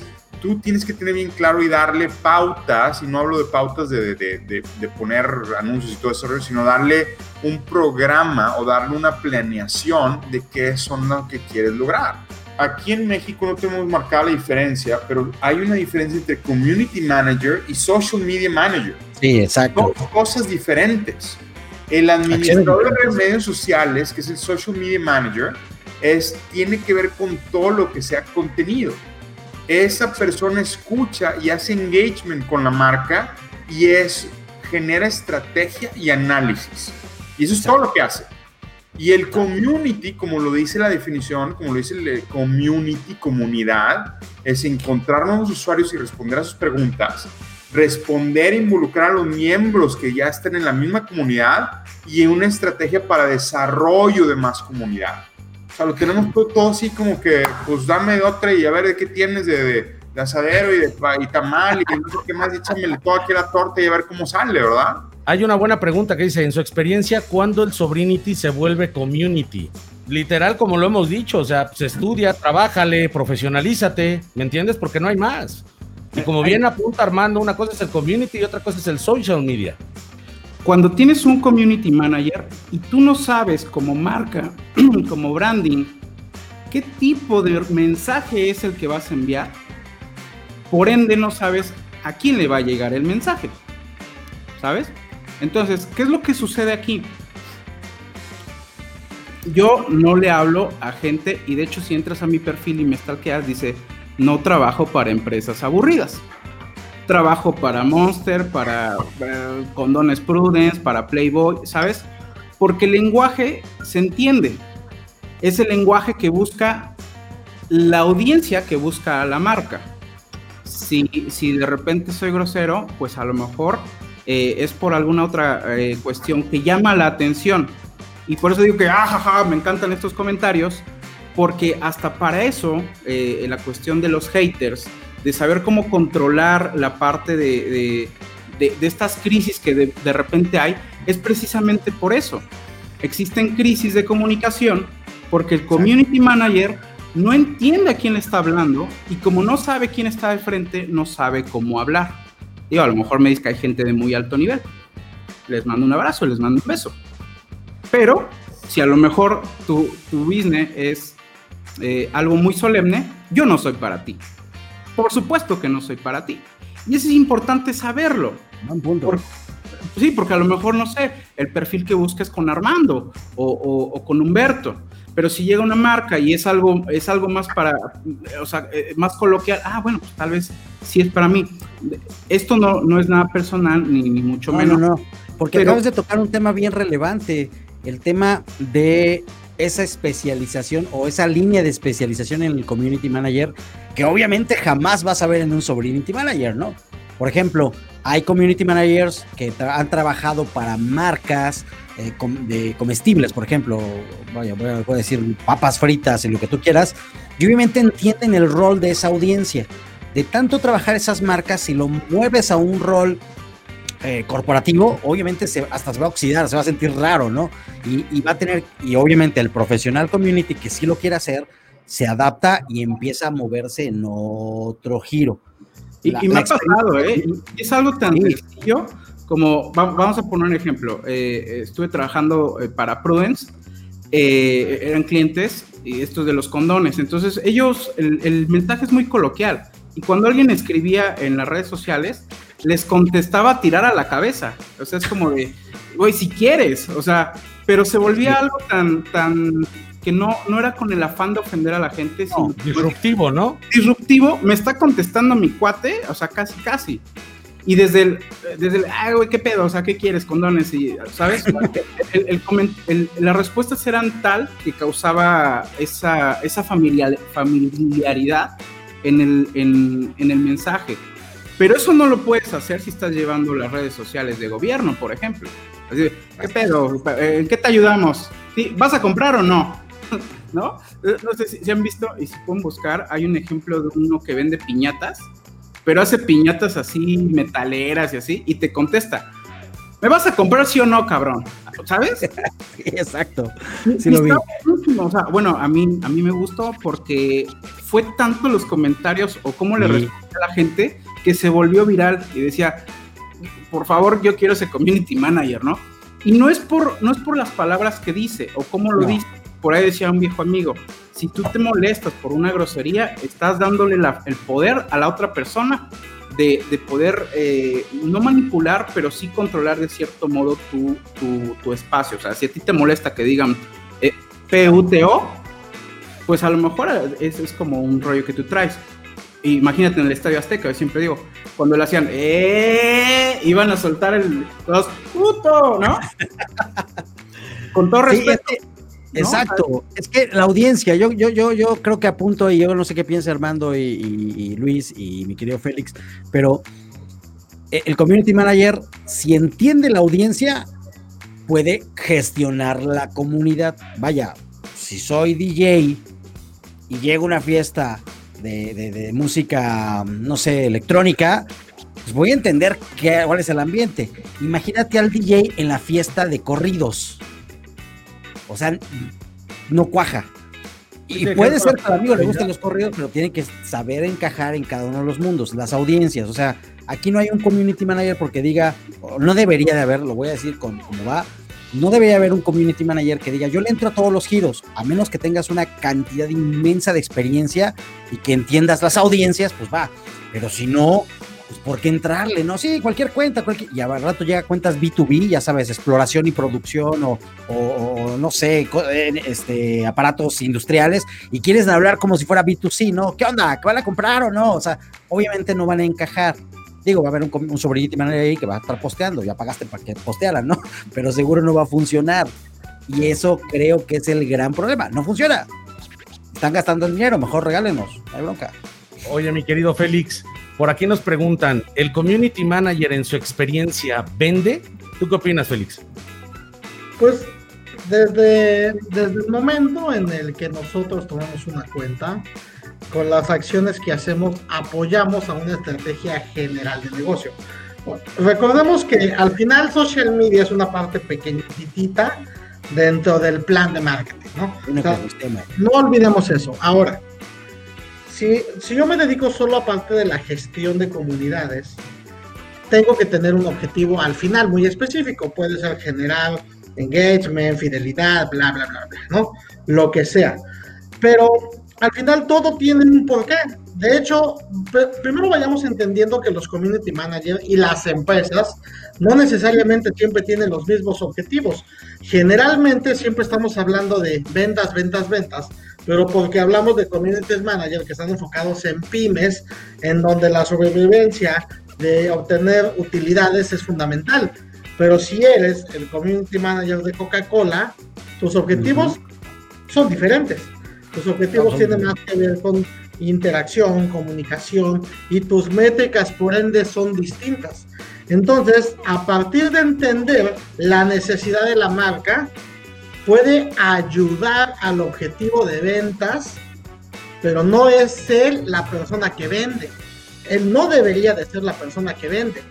Speaker 4: tú tienes que tener bien claro y darle pautas, y no hablo de pautas de poner anuncios y todo eso, sino darle un programa o darle una planeación de qué son lo que quieres lograr. Aquí en México no tenemos marcada la diferencia, pero hay una diferencia entre Community Manager y Social Media Manager.
Speaker 3: Sí, exacto.
Speaker 4: Son cosas diferentes. El administrador de medios sociales, que es el Social Media Manager, tiene que ver con todo lo que sea contenido. Esa persona escucha y hace engagement con la marca y genera estrategia y análisis. Y eso es todo lo que hace. Y el community, como lo dice la definición, como lo dice el community, comunidad, es encontrar nuevos usuarios y responder a sus preguntas, responder e involucrar a los miembros que ya están en la misma comunidad y en una estrategia para desarrollo de más comunidad. O sea, lo tenemos todo así como que, pues dame otra y a ver de qué tienes de asadero y tamal y no sé qué más, échamele todo aquí a la torta y a ver cómo sale, ¿verdad?
Speaker 2: Hay una buena pregunta que dice, en su experiencia, ¿cuándo el Sobrinity se vuelve community? Literal, como lo hemos dicho, o sea, se estudia, trabájale, profesionalízate, ¿me entiendes? Porque no hay más. Y como bien apunta Armando, una cosa es el community y otra cosa es el social media.
Speaker 5: Cuando tienes un community manager y tú no sabes como marca, como branding, qué tipo de mensaje es el que vas a enviar, por ende no sabes a quién le va a llegar el mensaje, ¿sabes? Entonces, ¿qué es lo que sucede aquí? Yo no le hablo a gente, y de hecho si entras a mi perfil y me stalkeas, dice, no trabajo para empresas aburridas. Trabajo para Monster, para Condones Prudence, para Playboy, ¿sabes? Porque el lenguaje se entiende. Es el lenguaje que busca la audiencia que busca a la marca. Si de repente soy grosero, pues a lo mejor es por alguna otra cuestión que llama la atención. Y por eso digo que me encantan estos comentarios, porque hasta para eso, la cuestión de los haters, de saber cómo controlar la parte de estas crisis que de repente hay, es precisamente por eso. Existen crisis de comunicación porque el community manager no entiende a quién le está hablando y como no sabe quién está al frente, no sabe cómo hablar. Digo, a lo mejor me dice que hay gente de muy alto nivel. Les mando un abrazo, les mando un beso. Pero si a lo mejor tu business es algo muy solemne, yo no soy para ti. Por supuesto que no soy para ti. Y eso es importante saberlo. Sí, porque a lo mejor, no sé, el perfil que busques con Armando o con Humberto. Pero si llega una marca y es algo más para, o sea, más coloquial, bueno, pues tal vez sí es para mí. Esto no es nada personal, ni mucho menos.
Speaker 3: No, porque acabas de tocar un tema bien relevante, el tema de esa especialización o esa línea de especialización en el community manager, que obviamente jamás vas a ver en un Sobrinity manager, ¿no? Por ejemplo, hay community managers que han trabajado para marcas de comestibles, por ejemplo, voy a decir papas fritas y lo que tú quieras, y obviamente entienden el rol de esa audiencia. De tanto trabajar esas marcas, si lo mueves a un rol corporativo, obviamente hasta se va a oxidar, se va a sentir raro, ¿no? Y va a tener, y obviamente el profesional community que sí lo quiere hacer, se adapta y empieza a moverse en otro giro.
Speaker 5: Y me ha pasado, es algo tan sencillo como, vamos a poner un ejemplo, estuve trabajando para Prudence, eran clientes, y estos de los condones, entonces ellos, el mensaje es muy coloquial, y cuando alguien escribía en las redes sociales, les contestaba a tirar a la cabeza, o sea, es como de, güey, si quieres, o sea, pero se volvía algo tan que no era con el afán de ofender a la gente, sino
Speaker 2: disruptivo, ¿no?
Speaker 5: Disruptivo, me está contestando mi cuate, o sea, casi. Y desde el güey, ¿qué pedo? O sea, ¿qué quieres? Condones, y, ¿sabes? Las respuestas eran tal que causaba esa familiaridad en el mensaje. Pero eso no lo puedes hacer si estás llevando las redes sociales de gobierno, por ejemplo. Así, ¿qué pedo? ¿En qué te ayudamos? ¿Sí? ¿Vas a comprar o no? ¿No? No sé si han visto y si pueden buscar, hay un ejemplo de uno que vende piñatas, pero hace piñatas así metaleras y así, y te contesta, ¿me vas a comprar sí o no, cabrón? ¿Sabes?
Speaker 3: Sí, exacto.
Speaker 5: Sí lo vi. O sea, bueno, a mí me gustó porque fue tanto los comentarios o cómo le respondió a la gente que se volvió viral y decía, por favor, yo quiero ese community manager, ¿no? Y no es por las palabras que dice o cómo lo dice. Por ahí decía un viejo amigo, si tú te molestas por una grosería, estás dándole el poder a la otra persona de poder no manipular, pero sí controlar de cierto modo tu espacio. O sea, si a ti te molesta que digan PUTO, pues a lo mejor es como un rollo que tú traes. Imagínate en el Estadio Azteca, yo siempre digo, cuando le hacían iban a soltar los puto, ¿no? Con todo respeto.
Speaker 3: Sí, exacto, es que la audiencia, yo creo que apunto, y yo no sé qué piensa Armando y Luis y mi querido Félix, pero el community manager, si entiende la audiencia, puede gestionar la comunidad. Vaya, si soy DJ y llego a una fiesta de música, no sé, electrónica, pues voy a entender cuál es el ambiente. Imagínate al DJ en la fiesta de corridos. O sea, no cuaja. Y puede ser que al amigo le gusten los corridos, pero tiene que saber encajar en cada uno de los mundos, las audiencias. O sea, aquí no hay un community manager porque diga, no debería de haber, lo voy a decir como va, no debería haber un community manager que diga, yo le entro a todos los giros, a menos que tengas una cantidad inmensa de experiencia y que entiendas las audiencias, pues va. Pero si no, pues ¿por qué entrarle? No, sí, cualquier cuenta, y al rato llega cuentas B2B, ya sabes, exploración y producción o no sé, aparatos industriales, y quieres hablar como si fuera B2C, ¿no? ¿Qué onda? ¿Que van a comprar o no? O sea, obviamente no van a encajar. Digo, va a haber un community manager ahí que va a estar posteando, ya pagaste para que postearan, ¿no? Pero seguro no va a funcionar. Y eso creo que es el gran problema. No funciona. Están gastando el dinero, mejor regálenos, no hay bronca.
Speaker 2: Oye, mi querido Félix, por aquí nos preguntan, ¿el community manager en su experiencia vende? ¿Tú qué opinas, Félix?
Speaker 6: Pues desde el momento en el que nosotros tomamos una cuenta, con las acciones que hacemos, apoyamos a una estrategia general de negocio. Bueno, recordemos que al final social media es una parte pequeñitita dentro del plan de marketing, ¿no? O sea, no olvidemos eso. Ahora, si yo me dedico solo a parte de la gestión de comunidades, tengo que tener un objetivo al final muy específico. Puede ser generar engagement, fidelidad, bla, bla, bla, bla, ¿no? Lo que sea. Pero al final todo tiene un porqué. De hecho, primero vayamos entendiendo que los community managers y las empresas no necesariamente siempre tienen los mismos objetivos. Generalmente siempre estamos hablando de ventas, pero porque hablamos de community managers que están enfocados en pymes, en donde la sobrevivencia de obtener utilidades es fundamental. Pero si eres el community manager de Coca-Cola, tus objetivos son diferentes. Tus objetivos tienen más que ver con interacción, comunicación, y tus métricas por ende son distintas. Entonces, a partir de entender la necesidad de la marca, puede ayudar al objetivo de ventas, pero no es él la persona que vende. Él no debería de ser la persona que vende.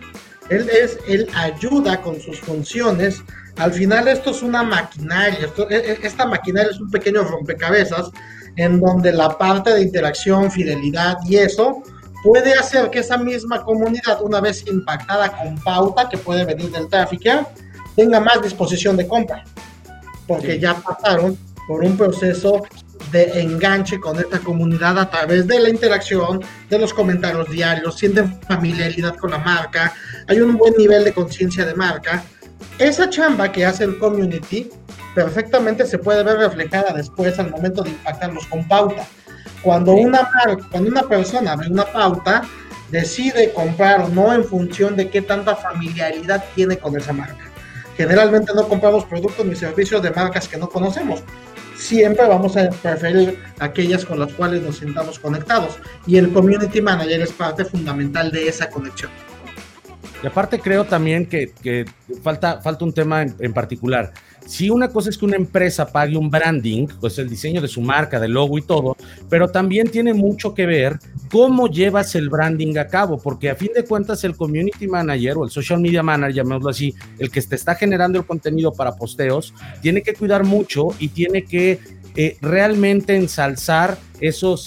Speaker 6: Él ayuda con sus funciones. Al final esto es una maquinaria, esta maquinaria es un pequeño rompecabezas en donde la parte de interacción, fidelidad y eso puede hacer que esa misma comunidad, una vez impactada con pauta que puede venir del tráfico, tenga más disposición de compra, porque ya pasaron por un proceso de enganche con esta comunidad a través de la interacción, de los comentarios diarios, sienten familiaridad con la marca, hay un buen nivel de conciencia de marca. Esa chamba que hace el community perfectamente se puede ver reflejada después al momento de impactarlos con pauta. Cuando una persona ve una pauta, decide comprar o no en función de qué tanta familiaridad tiene con esa marca. Generalmente no compramos productos ni servicios de marcas que no conocemos. Siempre vamos a preferir aquellas con las cuales nos sintamos conectados. Y el community manager es parte fundamental de esa conexión.
Speaker 2: Y aparte creo también que falta un tema en particular. Si una cosa es que una empresa pague un branding, pues el diseño de su marca, del logo y todo, pero también tiene mucho que ver cómo llevas el branding a cabo, porque a fin de cuentas el community manager o el social media manager, llamémoslo así, el que te está generando el contenido para posteos, tiene que cuidar mucho y tiene que realmente ensalzar esos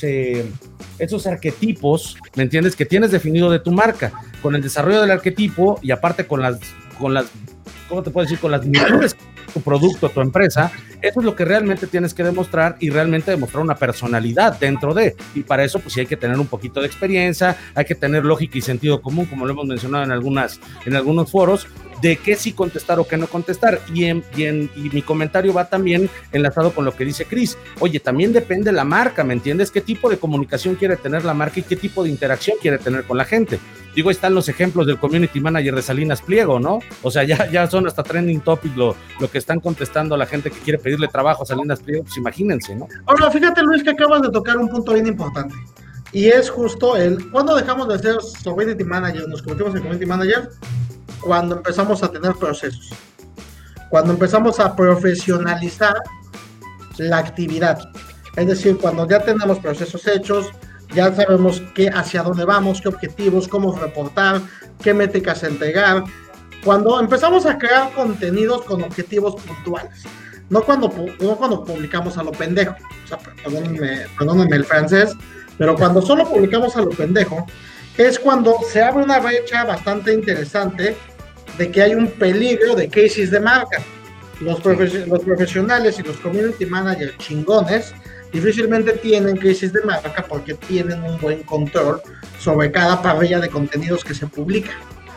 Speaker 2: arquetipos, ¿me entiendes? Que tienes definido de tu marca, con el desarrollo del arquetipo y aparte con las, ¿cómo te puedo decir? Con las virtudes de tu producto, tu empresa. Eso es lo que realmente tienes que demostrar y realmente demostrar una personalidad dentro de, y para eso pues sí hay que tener un poquito de experiencia, hay que tener lógica y sentido común, como lo hemos mencionado en algunos foros, de qué sí contestar o qué no contestar, y mi comentario va también enlazado con lo que dice Chris. Oye, también depende la marca, ¿me entiendes? ¿Qué tipo de comunicación quiere tener la marca y qué tipo de interacción quiere tener con la gente? Digo, están los ejemplos del community manager de Salinas Pliego, ¿no? O sea, ya son hasta trending topic lo que están contestando a la gente que quiere pedirle trabajo a Salinas Pliego, pues imagínense, ¿no?
Speaker 6: Ahora, fíjate, Luis, que acabas de tocar un punto bien importante, y es justo ¿cuándo dejamos de ser community manager, nos convertimos en community manager? Cuando empezamos a tener procesos, cuando empezamos a profesionalizar la actividad, es decir, cuando ya tenemos procesos hechos, ya sabemos hacia dónde vamos, qué objetivos, cómo reportar, qué métricas entregar, cuando empezamos a crear contenidos con objetivos puntuales, no cuando publicamos a lo pendejo, o sea, perdónenme el francés, pero cuando solo publicamos a lo pendejo, es cuando se abre una brecha bastante interesante de que hay un peligro de crisis de marca. Los profesionales y los community managers chingones difícilmente tienen crisis de marca porque tienen un buen control sobre cada parrilla de contenidos que se publica.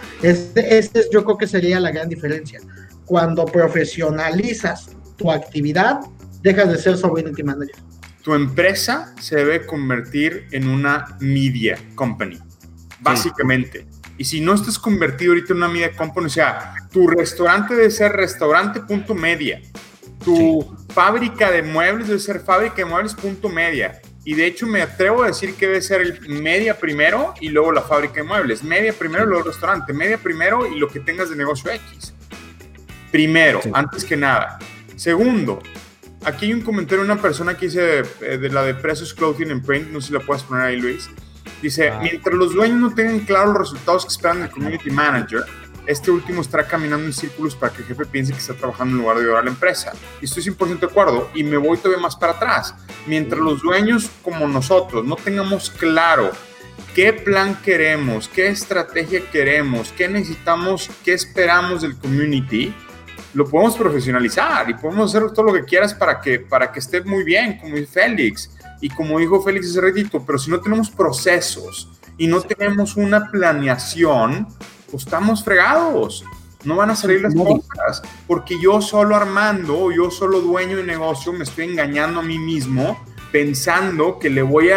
Speaker 6: Yo creo que sería la gran diferencia. Cuando profesionalizas tu actividad, dejas de ser community manager.
Speaker 4: Tu empresa se debe convertir en una media company, básicamente. Sí. Y si no estás convertido ahorita en una media company, o sea, tu restaurante debe ser restaurante punto media. Tu fábrica de muebles debe ser fábrica de muebles punto media. Y de hecho me atrevo a decir que debe ser el media primero y luego la fábrica de muebles. Media primero y luego el restaurante. Media primero y lo que tengas de negocio X. Primero, antes que nada. Segundo, aquí hay un comentario de una persona que dice de la de Precious Clothing and Print, no sé si la puedes poner ahí, Luis. Dice, mientras los dueños no tengan claros los resultados que esperan del community manager, este último estará caminando en círculos para que el jefe piense que está trabajando en lugar de ayudar a la empresa. Y estoy 100% de acuerdo, y me voy todavía más para atrás. Mientras los dueños como nosotros no tengamos claro qué plan queremos, qué estrategia queremos, qué necesitamos, qué esperamos del community, lo podemos profesionalizar y podemos hacer todo lo que quieras para que esté muy bien, como dice Félix. Y como dijo Félix hace ratito, pero si no tenemos procesos y no tenemos una planeación, pues estamos fregados. No van a salir las cosas. Porque yo solo Armando, yo solo dueño de negocio, me estoy engañando a mí mismo pensando que le voy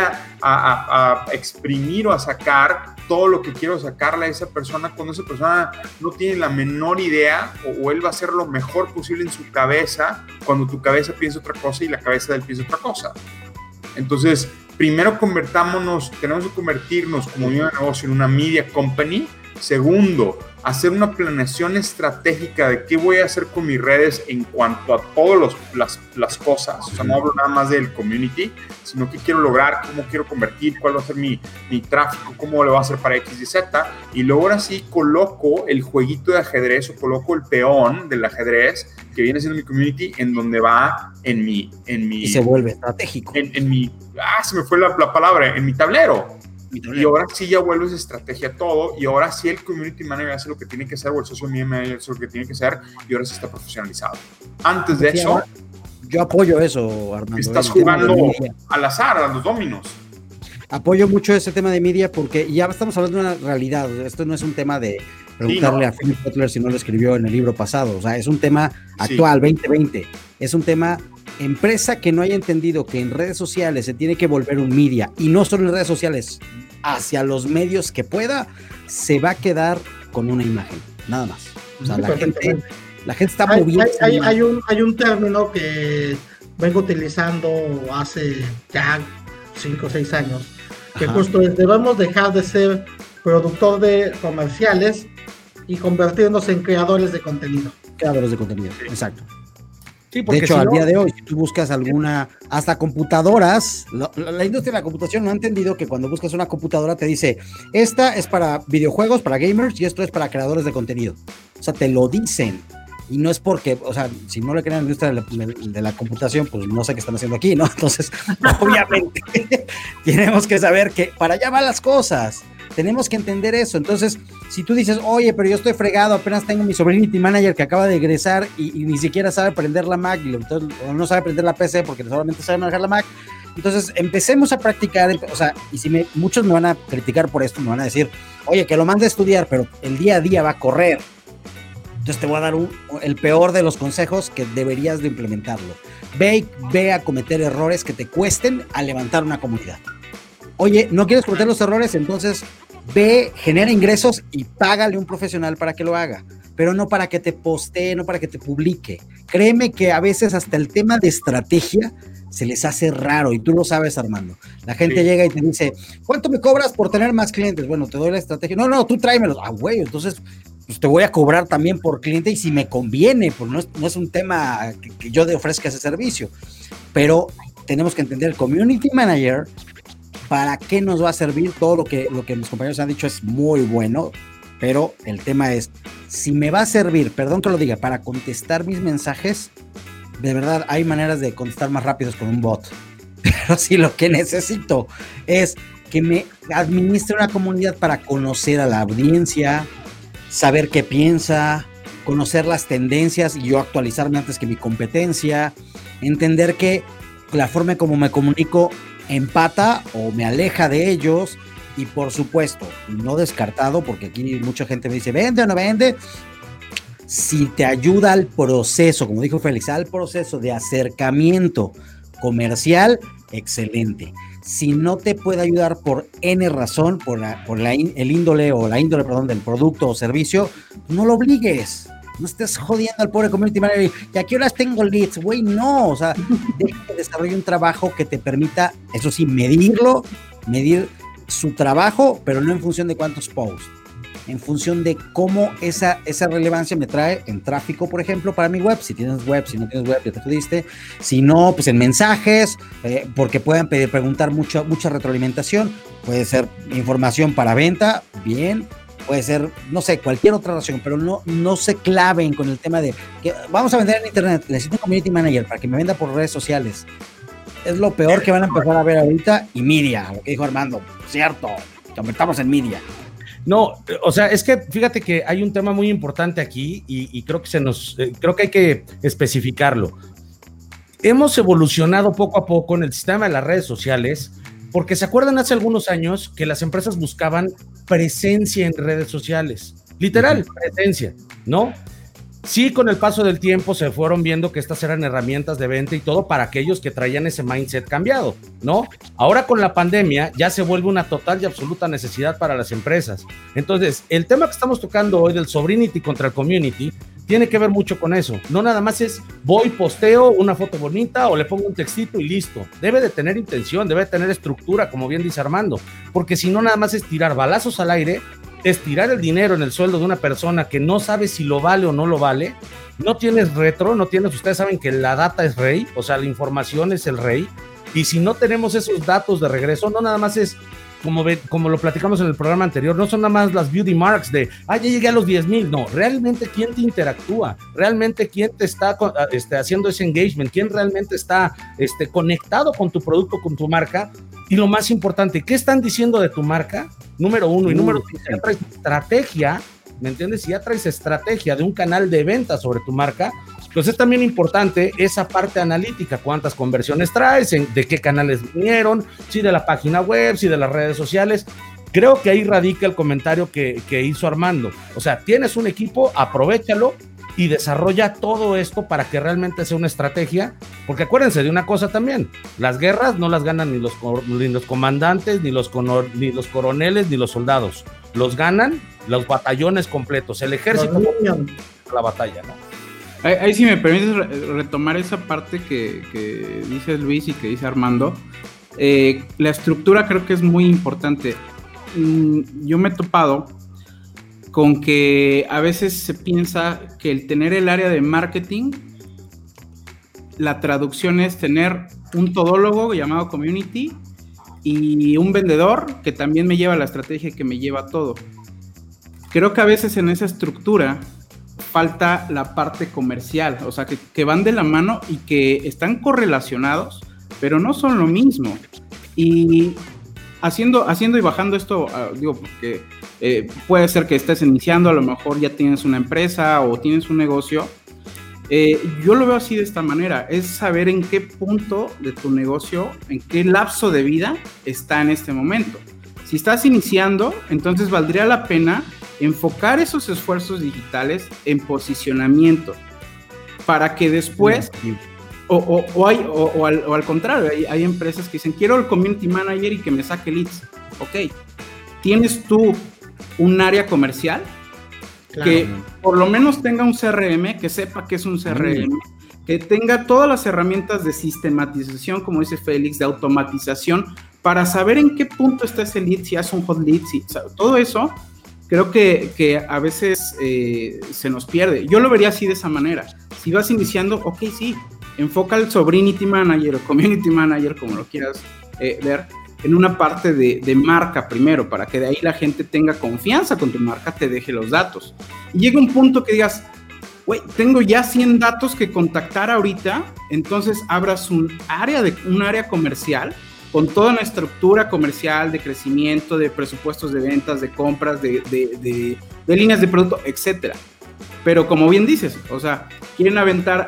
Speaker 4: a exprimir o a sacar todo lo que quiero sacarle a esa persona cuando esa persona no tiene la menor idea o él va a hacer lo mejor posible en su cabeza cuando tu cabeza piensa otra cosa y la cabeza de él piensa otra cosa. Entonces, primero tenemos que convertirnos como dueño de negocio en una media company. Segundo, hacer una planeación estratégica de qué voy a hacer con mis redes en cuanto a todas las cosas. O sea, no hablo nada más del community, sino qué quiero lograr, cómo quiero convertir, cuál va a ser mi tráfico, cómo lo voy a hacer para X y Z. Y luego ahora sí coloco el jueguito de ajedrez o coloco el peón del ajedrez que viene siendo mi community en donde va en mi
Speaker 3: y se vuelve estratégico.
Speaker 4: Se me fue la palabra, en mi tablero. Y ahora sí ya vuelve esa estrategia todo, y ahora sí el community manager hace lo que tiene que hacer, o el social media manager hace lo que tiene que hacer, y ahora sí está profesionalizado. Antes de eso...
Speaker 3: Yo apoyo eso, Armando.
Speaker 4: Estás jugando al azar, a los dominos.
Speaker 3: Apoyo mucho ese tema de media porque ya estamos hablando de una realidad. Esto no es un tema de preguntarle a Philip Kotler si no lo escribió en el libro pasado. O sea, es un tema actual, 2020. Es un tema... Empresa que no haya entendido que en redes sociales se tiene que volver un media, y no solo en redes sociales, hacia los medios que pueda, se va a quedar con una imagen, nada más. O sea, la gente está moviendo.
Speaker 6: Hay un término que vengo utilizando hace ya 5 o 6 años, que justo es: debemos dejar de ser productor de comerciales y convertirnos en creadores de contenido.
Speaker 3: Creadores de contenido, exacto. Sí, de hecho, al día de hoy, si tú buscas hasta computadoras, la industria de la computación no ha entendido que cuando buscas una computadora te dice, esta es para videojuegos, para gamers, y esto es para creadores de contenido. O sea, te lo dicen. Y no es porque, o sea, si no le creen a la industria de la computación, pues no sé qué están haciendo aquí, ¿no? Entonces, obviamente, tenemos que saber que para allá van las cosas. Tenemos que entender eso. Entonces, si tú dices, oye, pero yo estoy fregado, apenas tengo mi Sovereignty Manager que acaba de egresar y ni siquiera sabe prender la Mac, o no sabe prender la PC porque solamente sabe manejar la Mac. Entonces, empecemos a practicar, o sea, y si muchos me van a criticar por esto, me van a decir, oye, que lo mande a estudiar, pero el día a día va a correr. Entonces te voy a dar el peor de los consejos que deberías de implementarlo. Ve a cometer errores que te cuesten a levantar una comunidad. Oye, ¿no quieres cometer los errores? Entonces ve, genera ingresos y págale a un profesional para que lo haga. Pero no para que te postee, no para que te publique. Créeme que a veces hasta el tema de estrategia se les hace raro, y tú lo sabes, Armando. La gente llega y te dice, ¿cuánto me cobras por tener más clientes? Bueno, te doy la estrategia. No, tú tráemelos. Ah, güey, entonces pues te voy a cobrar también por cliente y si me conviene, pues no es un tema que yo te ofrezca ese servicio. Pero tenemos que entender el Community Manager, para qué nos va a servir. Todo lo que mis compañeros han dicho es muy bueno, pero el tema es, si me va a servir, perdón que lo diga, para contestar mis mensajes, de verdad hay maneras de contestar más rápidos con un bot. Pero si lo que necesito es que me administre una comunidad para conocer a la audiencia, saber qué piensa, conocer las tendencias y yo actualizarme antes que mi competencia, entender que la forma como me comunico empata o me aleja de ellos, y por supuesto, no descartado, porque aquí mucha gente me dice, ¿vende o no vende? Si te ayuda al proceso, como dijo Félix, al proceso de acercamiento comercial, excelente. Si no te puede ayudar por N razón, por el índole del producto o servicio, no lo obligues. No estés jodiendo al pobre community manager y ¿a qué horas tengo leads? Güey, no. O sea, deja que desarrolle un trabajo que te permita, eso sí, medir su trabajo, pero no en función de cuántos posts, en función de cómo esa relevancia me trae en tráfico, por ejemplo, para mi web. Si tienes web, si no tienes web, ya te jodiste. Si no, pues en mensajes, porque puedan preguntar mucha retroalimentación. Puede ser información para venta, bien. Puede ser, no sé, cualquier otra razón, pero no se claven con el tema de que vamos a vender en internet, necesito un community manager para que me venda por redes sociales. Es lo peor que van a empezar a ver ahorita. Y media, lo que dijo Armando, cierto, convertamos en media.
Speaker 2: No, o sea, es que fíjate que hay un tema muy importante aquí y creo que creo que hay que especificarlo. Hemos evolucionado poco a poco en el sistema de las redes sociales, porque se acuerdan hace algunos años que las empresas buscaban presencia en redes sociales, literal, presencia, ¿no? Sí, con el paso del tiempo se fueron viendo que estas eran herramientas de venta y todo para aquellos que traían ese mindset cambiado, ¿no? Ahora con la pandemia ya se vuelve una total y absoluta necesidad para las empresas. Entonces, el tema que estamos tocando hoy del sovereignty contra el community tiene que ver mucho con eso. No nada más es voy, posteo una foto bonita o le pongo un textito y listo. Debe de tener intención, debe de tener estructura, como bien dice Armando, porque si no nada más es tirar balazos al aire, es tirar el dinero en el sueldo de una persona que no sabe si lo vale o no lo vale. No tienes retro, ustedes saben que la data es rey, o sea, la información es el rey, y si no tenemos esos datos de regreso, no nada más es, como lo platicamos en el programa anterior, no son nada más las beauty marks de, ya llegué a los 10,000, no, realmente quién te interactúa, realmente quién te está haciendo ese engagement, quién realmente está conectado con tu producto, con tu marca, y lo más importante, ¿qué están diciendo de tu marca? Número uno, y número dos, si ya traes estrategia, ¿me entiendes? Si ya traes estrategia de un canal de venta sobre tu marca, pues es también importante esa parte analítica, cuántas conversiones traes, de qué canales vinieron, si de la página web, si de las redes sociales. Creo que ahí radica el comentario que hizo Armando. O sea, tienes un equipo, aprovéchalo y desarrolla todo esto para que realmente sea una estrategia, porque acuérdense de una cosa también, las guerras no las ganan ni los comandantes, ni los coroneles, ni los soldados, los ganan los batallones completos, el ejército la batalla, ¿no?
Speaker 5: Ahí si me permites retomar esa parte que dice Luis y que dice Armando, la estructura creo que es muy importante. Yo me he topado con que a veces se piensa que el tener el área de marketing, la traducción es tener un todólogo llamado community y un vendedor que también me lleva la estrategia y que me lleva todo. Creo que a veces en esa estructura falta la parte comercial, o sea, que van de la mano y que están correlacionados, pero no son lo mismo. Y haciendo y bajando esto, digo, porque puede ser que estés iniciando, a lo mejor ya tienes una empresa o tienes un negocio. Yo lo veo así, de esta manera, es saber en qué punto de tu negocio, en qué lapso de vida está en este momento. Si estás iniciando, entonces valdría la pena enfocar esos esfuerzos digitales en posicionamiento para que después, o al contrario, hay empresas que dicen, quiero el community manager y que me saque leads. Ok, ¿tienes tú un área comercial? Claro. Que por lo menos tenga un CRM, que sepa que es un CRM, que tenga todas las herramientas de sistematización, como dice Félix, de automatización, para saber en qué punto está ese lead, si es un hot lead, todo eso. Creo que a veces se nos pierde. Yo lo vería así, de esa manera. Si vas iniciando, ok, sí, enfoca al Sobrinity Manager o Community Manager, como lo quieras ver, en una parte de marca primero, para que de ahí la gente tenga confianza con tu marca, te deje los datos. Y llega un punto que digas, güey, tengo ya 100 datos que contactar ahorita, entonces abras un área comercial con toda una estructura comercial de crecimiento, de presupuestos de ventas, de compras, de líneas de producto, etcétera. Pero como bien dices, o sea, quieren aventar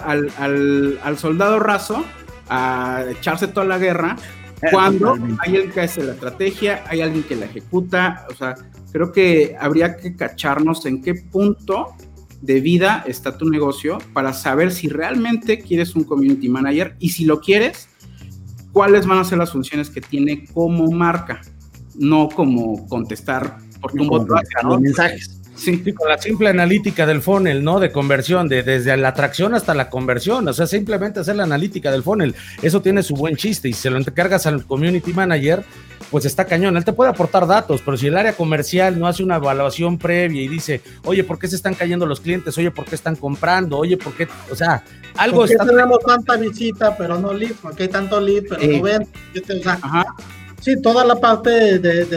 Speaker 5: al soldado raso a echarse toda la guerra, cuando hay alguien que hace la estrategia, hay alguien que la ejecuta. O sea, creo que habría que cacharnos en qué punto de vida está tu negocio para saber si realmente quieres un community manager, y si lo quieres, cuáles van a ser las funciones que tiene como marca, no como contestar porque un bot
Speaker 2: los mensajes. Sí, con la simple analítica del funnel, ¿no? De conversión, desde la atracción hasta la conversión, o sea, simplemente hacer la analítica del funnel, eso tiene su buen chiste, y si se lo encargas al community manager, pues está cañón. Él te puede aportar datos, pero si el área comercial no hace una evaluación previa y dice, oye, ¿por qué se están cayendo los clientes? Oye, ¿por qué están comprando? Oye, ¿por qué? O sea, algo
Speaker 6: ¿por qué tenemos tanta visita, pero no leads? ¿Por qué hay tanto lead, pero no ven? O sea, ajá. Sí, toda la parte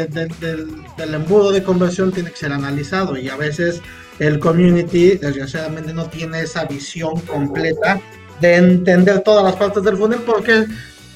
Speaker 6: del embudo de conversión tiene que ser analizado, y a veces el community, desgraciadamente, no tiene esa visión completa de entender todas las partes del funnel, porque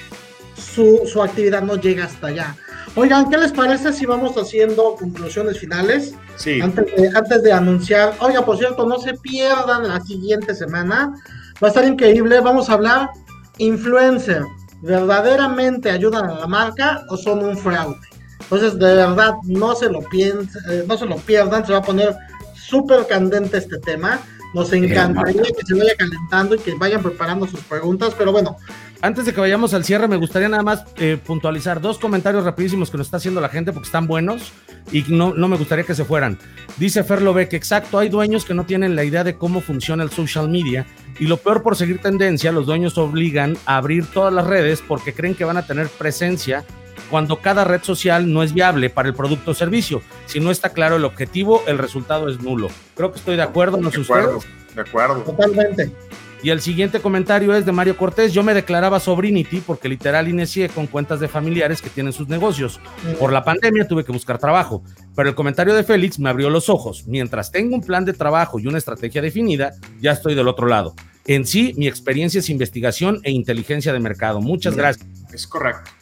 Speaker 6: su actividad no llega hasta allá. Oigan, ¿qué les parece si vamos haciendo conclusiones finales?
Speaker 4: Sí.
Speaker 6: Antes de anunciar, oiga, por cierto, no se pierdan la siguiente semana, va a estar increíble, vamos a hablar influencer. ¿Verdaderamente ayudan a la marca o son un fraude? Entonces, de verdad, no se lo pierdan, se va a poner súper candente este tema. Nos encantaría que se vaya calentando y que vayan preparando sus preguntas, pero bueno.
Speaker 2: Antes de que vayamos al cierre, me gustaría nada más puntualizar 2 comentarios rapidísimos que nos está haciendo la gente, porque están buenos y no me gustaría que se fueran. Dice Fer Lobeck, exacto, hay dueños que no tienen la idea de cómo funciona el social media, y lo peor, por seguir tendencia, los dueños obligan a abrir todas las redes porque creen que van a tener presencia, cuando cada red social no es viable para el producto o servicio. Si no está claro el objetivo, el resultado es nulo. Creo que estoy de acuerdo, no sé ustedes.
Speaker 4: De acuerdo.
Speaker 6: Totalmente.
Speaker 2: Y el siguiente comentario es de Mario Cortés. Yo me declaraba Sobrinity porque literal inicié con cuentas de familiares que tienen sus negocios. Por la pandemia tuve que buscar trabajo, pero el comentario de Félix me abrió los ojos. Mientras tengo un plan de trabajo y una estrategia definida, ya estoy del otro lado. En sí, mi experiencia es investigación e inteligencia de mercado. Muchas gracias.
Speaker 4: Es correcto.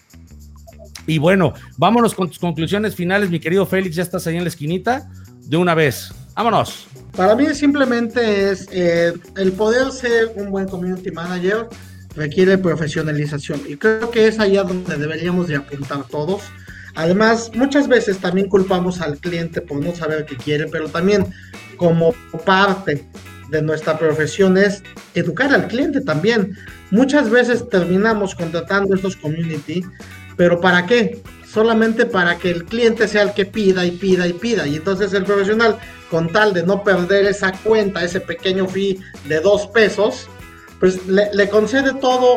Speaker 2: Y bueno, vámonos con tus conclusiones finales, mi querido Félix. Ya estás ahí en la esquinita. De una vez, vámonos.
Speaker 6: Para mí simplemente es el poder ser un buen community manager requiere profesionalización, y creo que es allá donde deberíamos de apuntar todos. Además, muchas veces también culpamos al cliente por no saber qué quiere, pero también como parte de nuestra profesión es educar al cliente también. Muchas veces terminamos contratando estos community, pero ¿para qué? Solamente para que el cliente sea el que pida y pida y pida, y entonces el profesional, con tal de no perder esa cuenta, ese pequeño fee de $2, pues le concede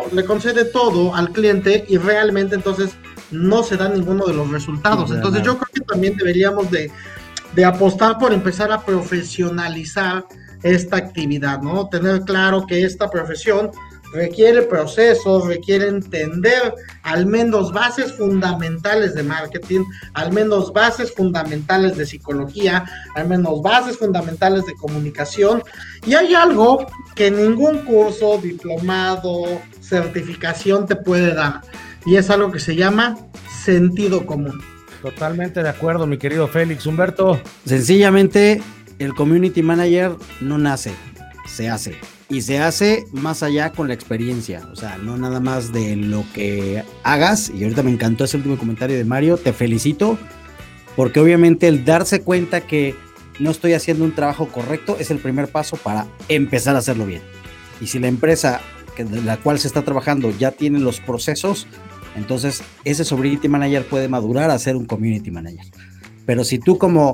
Speaker 6: todo al cliente, y realmente entonces no se da ninguno de los resultados. Entonces yo creo que también deberíamos de apostar por empezar a profesionalizar esta actividad, ¿no? Tener claro que esta profesión requiere procesos, requiere entender al menos bases fundamentales de marketing, al menos bases fundamentales de psicología, al menos bases fundamentales de comunicación. Y hay algo que ningún curso, diplomado, certificación te puede dar, y es algo que se llama sentido común.
Speaker 2: Totalmente de acuerdo, mi querido Félix. Humberto.
Speaker 3: Sencillamente, el community manager no nace, se hace. Y se hace más allá con la experiencia, o sea, no nada más de lo que hagas. Y ahorita me encantó ese último comentario de Mario, te felicito, porque obviamente el darse cuenta que no estoy haciendo un trabajo correcto es el primer paso para empezar a hacerlo bien. Y si la empresa de la cual se está trabajando ya tiene los procesos, entonces ese Sobriety Manager puede madurar a ser un Community Manager. Pero si tú como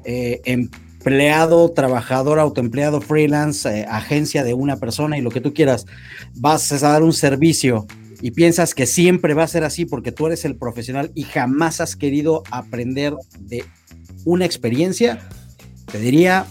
Speaker 3: empleado, trabajador, autoempleado, freelance, agencia de una persona y lo que tú quieras, vas a dar un servicio y piensas que siempre va a ser así porque tú eres el profesional y jamás has querido aprender de una experiencia, te diría,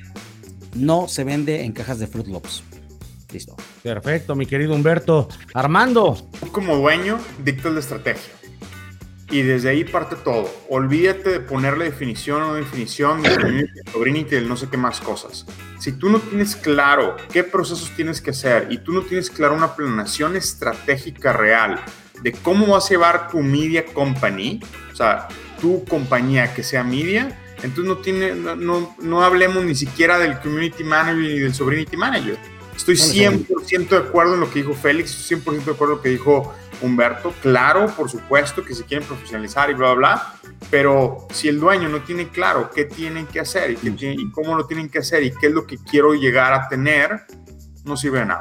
Speaker 3: no se vende en cajas de Fruit Loops. Listo.
Speaker 2: Perfecto, mi querido Humberto. Armando.
Speaker 4: Tú como dueño dictas la estrategia. Y desde ahí parte todo. Olvídate de ponerle definición o no definición, de Sobriety, del no sé qué más cosas. Si tú no tienes claro qué procesos tienes que hacer y tú no tienes claro una planeación estratégica real de cómo vas a llevar tu media company, o sea, tu compañía que sea media, entonces no hablemos ni siquiera del community manager ni del Sobriety manager. Estoy 100% de acuerdo en lo que dijo Félix, 100% de acuerdo en lo que dijo Humberto. Claro, por supuesto que se quieren profesionalizar y bla, bla, bla, pero si el dueño no tiene claro qué tienen que hacer y cómo lo tienen que hacer y qué es lo que quiero llegar a tener, no sirve de nada.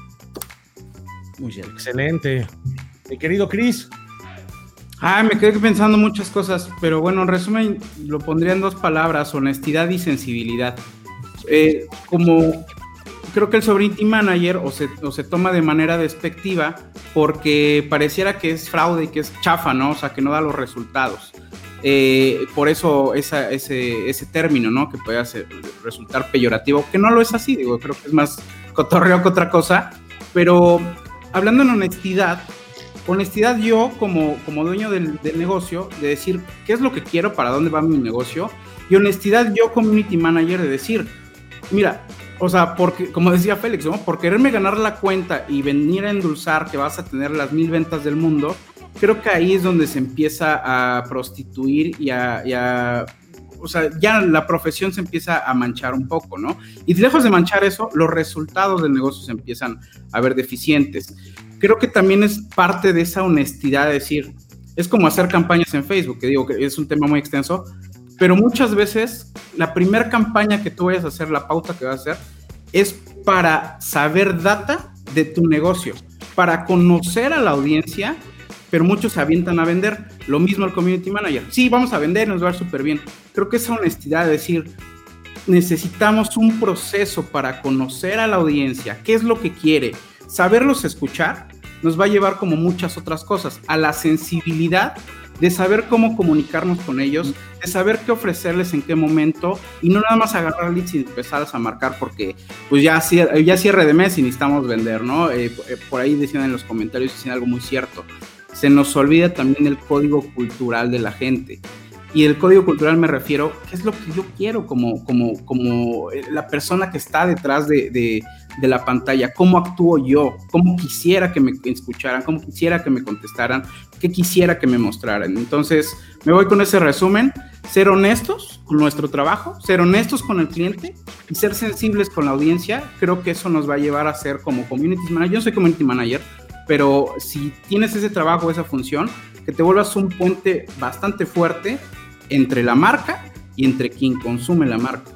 Speaker 2: Muy bien. Excelente. Mi querido Chris.
Speaker 5: Me quedé pensando muchas cosas, pero bueno, en resumen lo pondría en 2 palabras: honestidad y sensibilidad. Como creo que el Sobriety Manager o se toma de manera despectiva porque pareciera que es fraude y que es chafa, ¿no? O sea, que no da los resultados. Por eso ese término, ¿no? Que puede resultar peyorativo, que no lo es así, digo, creo que es más cotorreo que otra cosa. Pero hablando en honestidad yo como dueño del negocio, de decir qué es lo que quiero, para dónde va mi negocio, y honestidad yo community manager de decir, mira, o sea, porque, como decía Félix, ¿no? Por quererme ganar la cuenta y venir a endulzar que vas a tener las 1000 ventas del mundo, creo que ahí es donde se empieza a prostituir y o sea, ya la profesión se empieza a manchar un poco, ¿no? Y lejos de manchar eso, los resultados del negocio se empiezan a ver deficientes. Creo que también es parte de esa honestidad de decir, es como hacer campañas en Facebook, que digo que es un tema muy extenso, pero muchas veces la primera campaña que tú vayas a hacer, la pauta que vas a hacer, es para saber data de tu negocio, para conocer a la audiencia, pero muchos se avientan a vender. Lo mismo el community manager. Sí, vamos a vender, nos va a ir súper bien. Creo que esa honestidad de decir, necesitamos un proceso para conocer a la audiencia, qué es lo que quiere, saberlos escuchar, nos va a llevar como muchas otras cosas, a la sensibilidad de saber cómo comunicarnos con ellos, de saber qué ofrecerles en qué momento, y no nada más agarrar leads y empezarlas a marcar porque pues ya cierre de mes y necesitamos vender, ¿no? Por ahí decían en los comentarios, decían algo muy cierto, se nos olvida también el código cultural de la gente. Y el código cultural me refiero, ¿qué es lo que yo quiero como la persona que está detrás de la pantalla? ¿Cómo actúo yo? ¿Cómo quisiera que me escucharan? ¿Cómo quisiera que me contestaran? ¿Qué quisiera que me mostraran? Entonces, me voy con ese resumen. Ser honestos con nuestro trabajo, ser honestos con el cliente y ser sensibles con la audiencia. Creo que eso nos va a llevar a ser como community manager. Yo no soy community manager, pero si tienes ese trabajo, esa función, que te vuelvas un puente bastante fuerte entre la marca y entre quien consume la marca.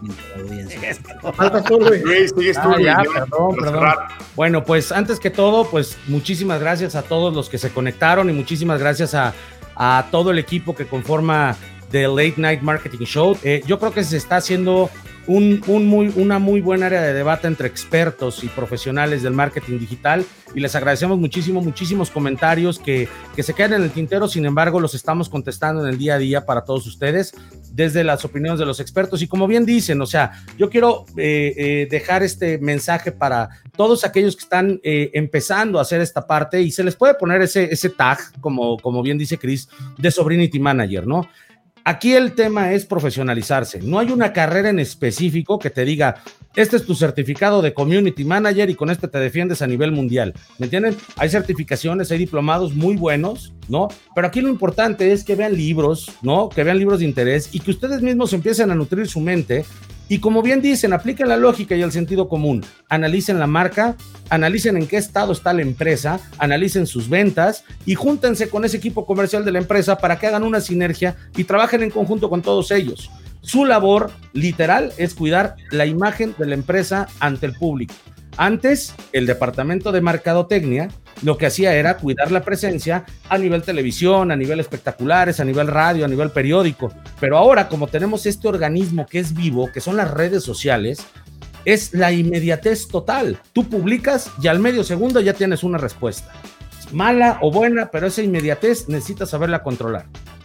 Speaker 2: Perdón. Bueno, pues antes que todo, pues muchísimas gracias a todos los que se conectaron y muchísimas gracias a todo el equipo que conforma The Late Night Marketing Show. Yo creo que se está haciendo una muy buena área de debate entre expertos y profesionales del marketing digital, y les agradecemos muchísimos comentarios que se quedan en el tintero. Sin embargo, los estamos contestando en el día a día para todos ustedes desde las opiniones de los expertos. Y como bien dicen, o sea, yo quiero dejar este mensaje para todos aquellos que están empezando a hacer esta parte, y se les puede poner ese tag, como bien dice Chris, de Sobrinity Manager, ¿no? Aquí el tema es profesionalizarse. No hay una carrera en específico que te diga, este es tu certificado de Community Manager y con este te defiendes a nivel mundial. ¿Me entienden? Hay certificaciones, hay diplomados muy buenos, ¿no? Pero aquí lo importante es que vean libros, ¿no? Que vean libros de interés y que ustedes mismos empiecen a nutrir su mente. Y como bien dicen, apliquen la lógica y el sentido común. Analicen la marca, analicen en qué estado está la empresa, analicen sus ventas y júntense con ese equipo comercial de la empresa para que hagan una sinergia y trabajen en conjunto con todos ellos. Su labor, literal, es cuidar la imagen de la empresa ante el público. Antes, el departamento de mercadotecnia lo que hacía era cuidar la presencia a nivel televisión, a nivel espectaculares, a nivel radio, a nivel periódico. Pero ahora, como tenemos este organismo que es vivo, que son las redes sociales, es la inmediatez total. Tú publicas y al medio segundo ya tienes una respuesta. Mala o buena, pero esa inmediatez necesitas saberla controlar.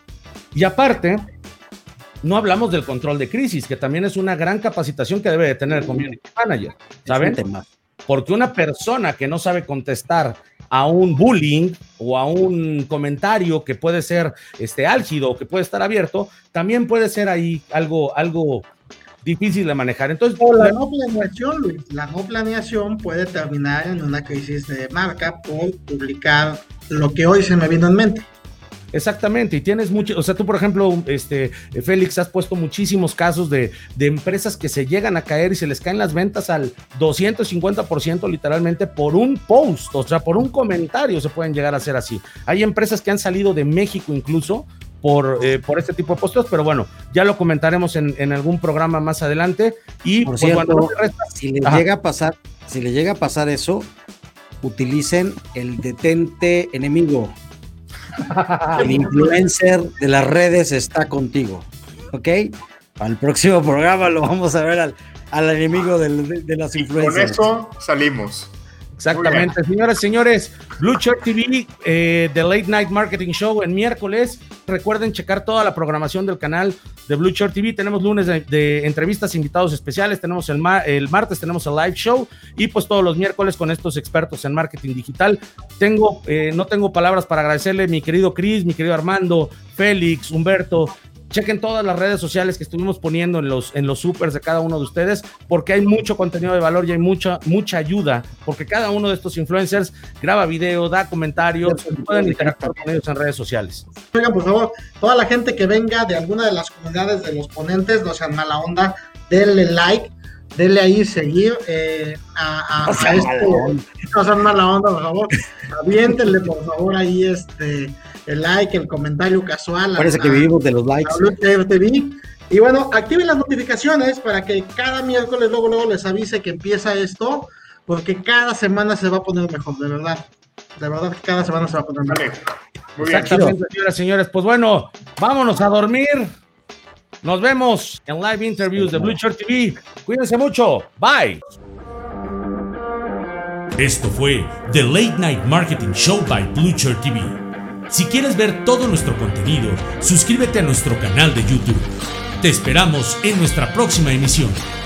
Speaker 2: Y aparte, no hablamos del control de crisis, que también es una gran capacitación que debe de tener el Community Manager, ¿saben? Porque una persona que no sabe contestar a un bullying o a un comentario que puede ser álgido o que puede estar abierto, también puede ser ahí algo difícil de manejar. Entonces,
Speaker 6: o la no planeación, Luis, la no planeación puede terminar en una crisis de marca por publicar lo que hoy se me vino en mente.
Speaker 2: Exactamente, y tienes mucho, o sea, tú por ejemplo, Félix, has puesto muchísimos casos de empresas que se llegan a caer y se les caen las ventas al 250% literalmente por un post, o sea, por un comentario se pueden llegar a hacer así. Hay empresas que han salido de México incluso por este tipo de posteos, pero bueno, ya lo comentaremos en algún programa más adelante. Y
Speaker 3: por cierto, si le llega a pasar eso, utilicen el detente enemigo. El influencer de las redes está contigo, ¿ok? Para el próximo programa lo vamos a ver al enemigo de las influencers.
Speaker 4: Con eso salimos.
Speaker 2: Exactamente, señoras y señores, Blue Shirt TV, The Late Night Marketing Show en miércoles. Recuerden checar toda la programación del canal de Blue Shirt TV. Tenemos lunes de entrevistas, invitados especiales, tenemos el martes tenemos el live show y pues todos los miércoles con estos expertos en marketing digital. No tengo palabras para agradecerle, mi querido Chris, mi querido Armando, Félix, Humberto. Chequen todas las redes sociales que estuvimos poniendo en los supers de cada uno de ustedes, porque hay mucho contenido de valor y hay mucha ayuda, porque cada uno de estos influencers graba video, da comentarios, pueden interactuar con ellos en redes sociales.
Speaker 6: Oigan, por favor, toda la gente que venga de alguna de las comunidades de los ponentes, no sean mala onda, denle like, denle ahí seguir a esto, no sean mala onda, por favor, aviéntenle por favor ahí el like, el comentario casual.
Speaker 3: Parece que vivimos de los likes.
Speaker 6: Y bueno, activen las notificaciones para que cada miércoles luego les avise que empieza esto, porque cada semana se va a poner mejor, de verdad que cada semana se va a poner mejor.
Speaker 4: Muy bien.
Speaker 2: Exactamente, señoras y señores, pues bueno, vámonos a dormir. Nos vemos en live interviews de Blue Shirt TV. Cuídense mucho. Bye.
Speaker 1: Esto fue The Late Night Marketing Show by Blue Shirt TV. Si quieres ver todo nuestro contenido, suscríbete a nuestro canal de YouTube. Te esperamos en nuestra próxima emisión.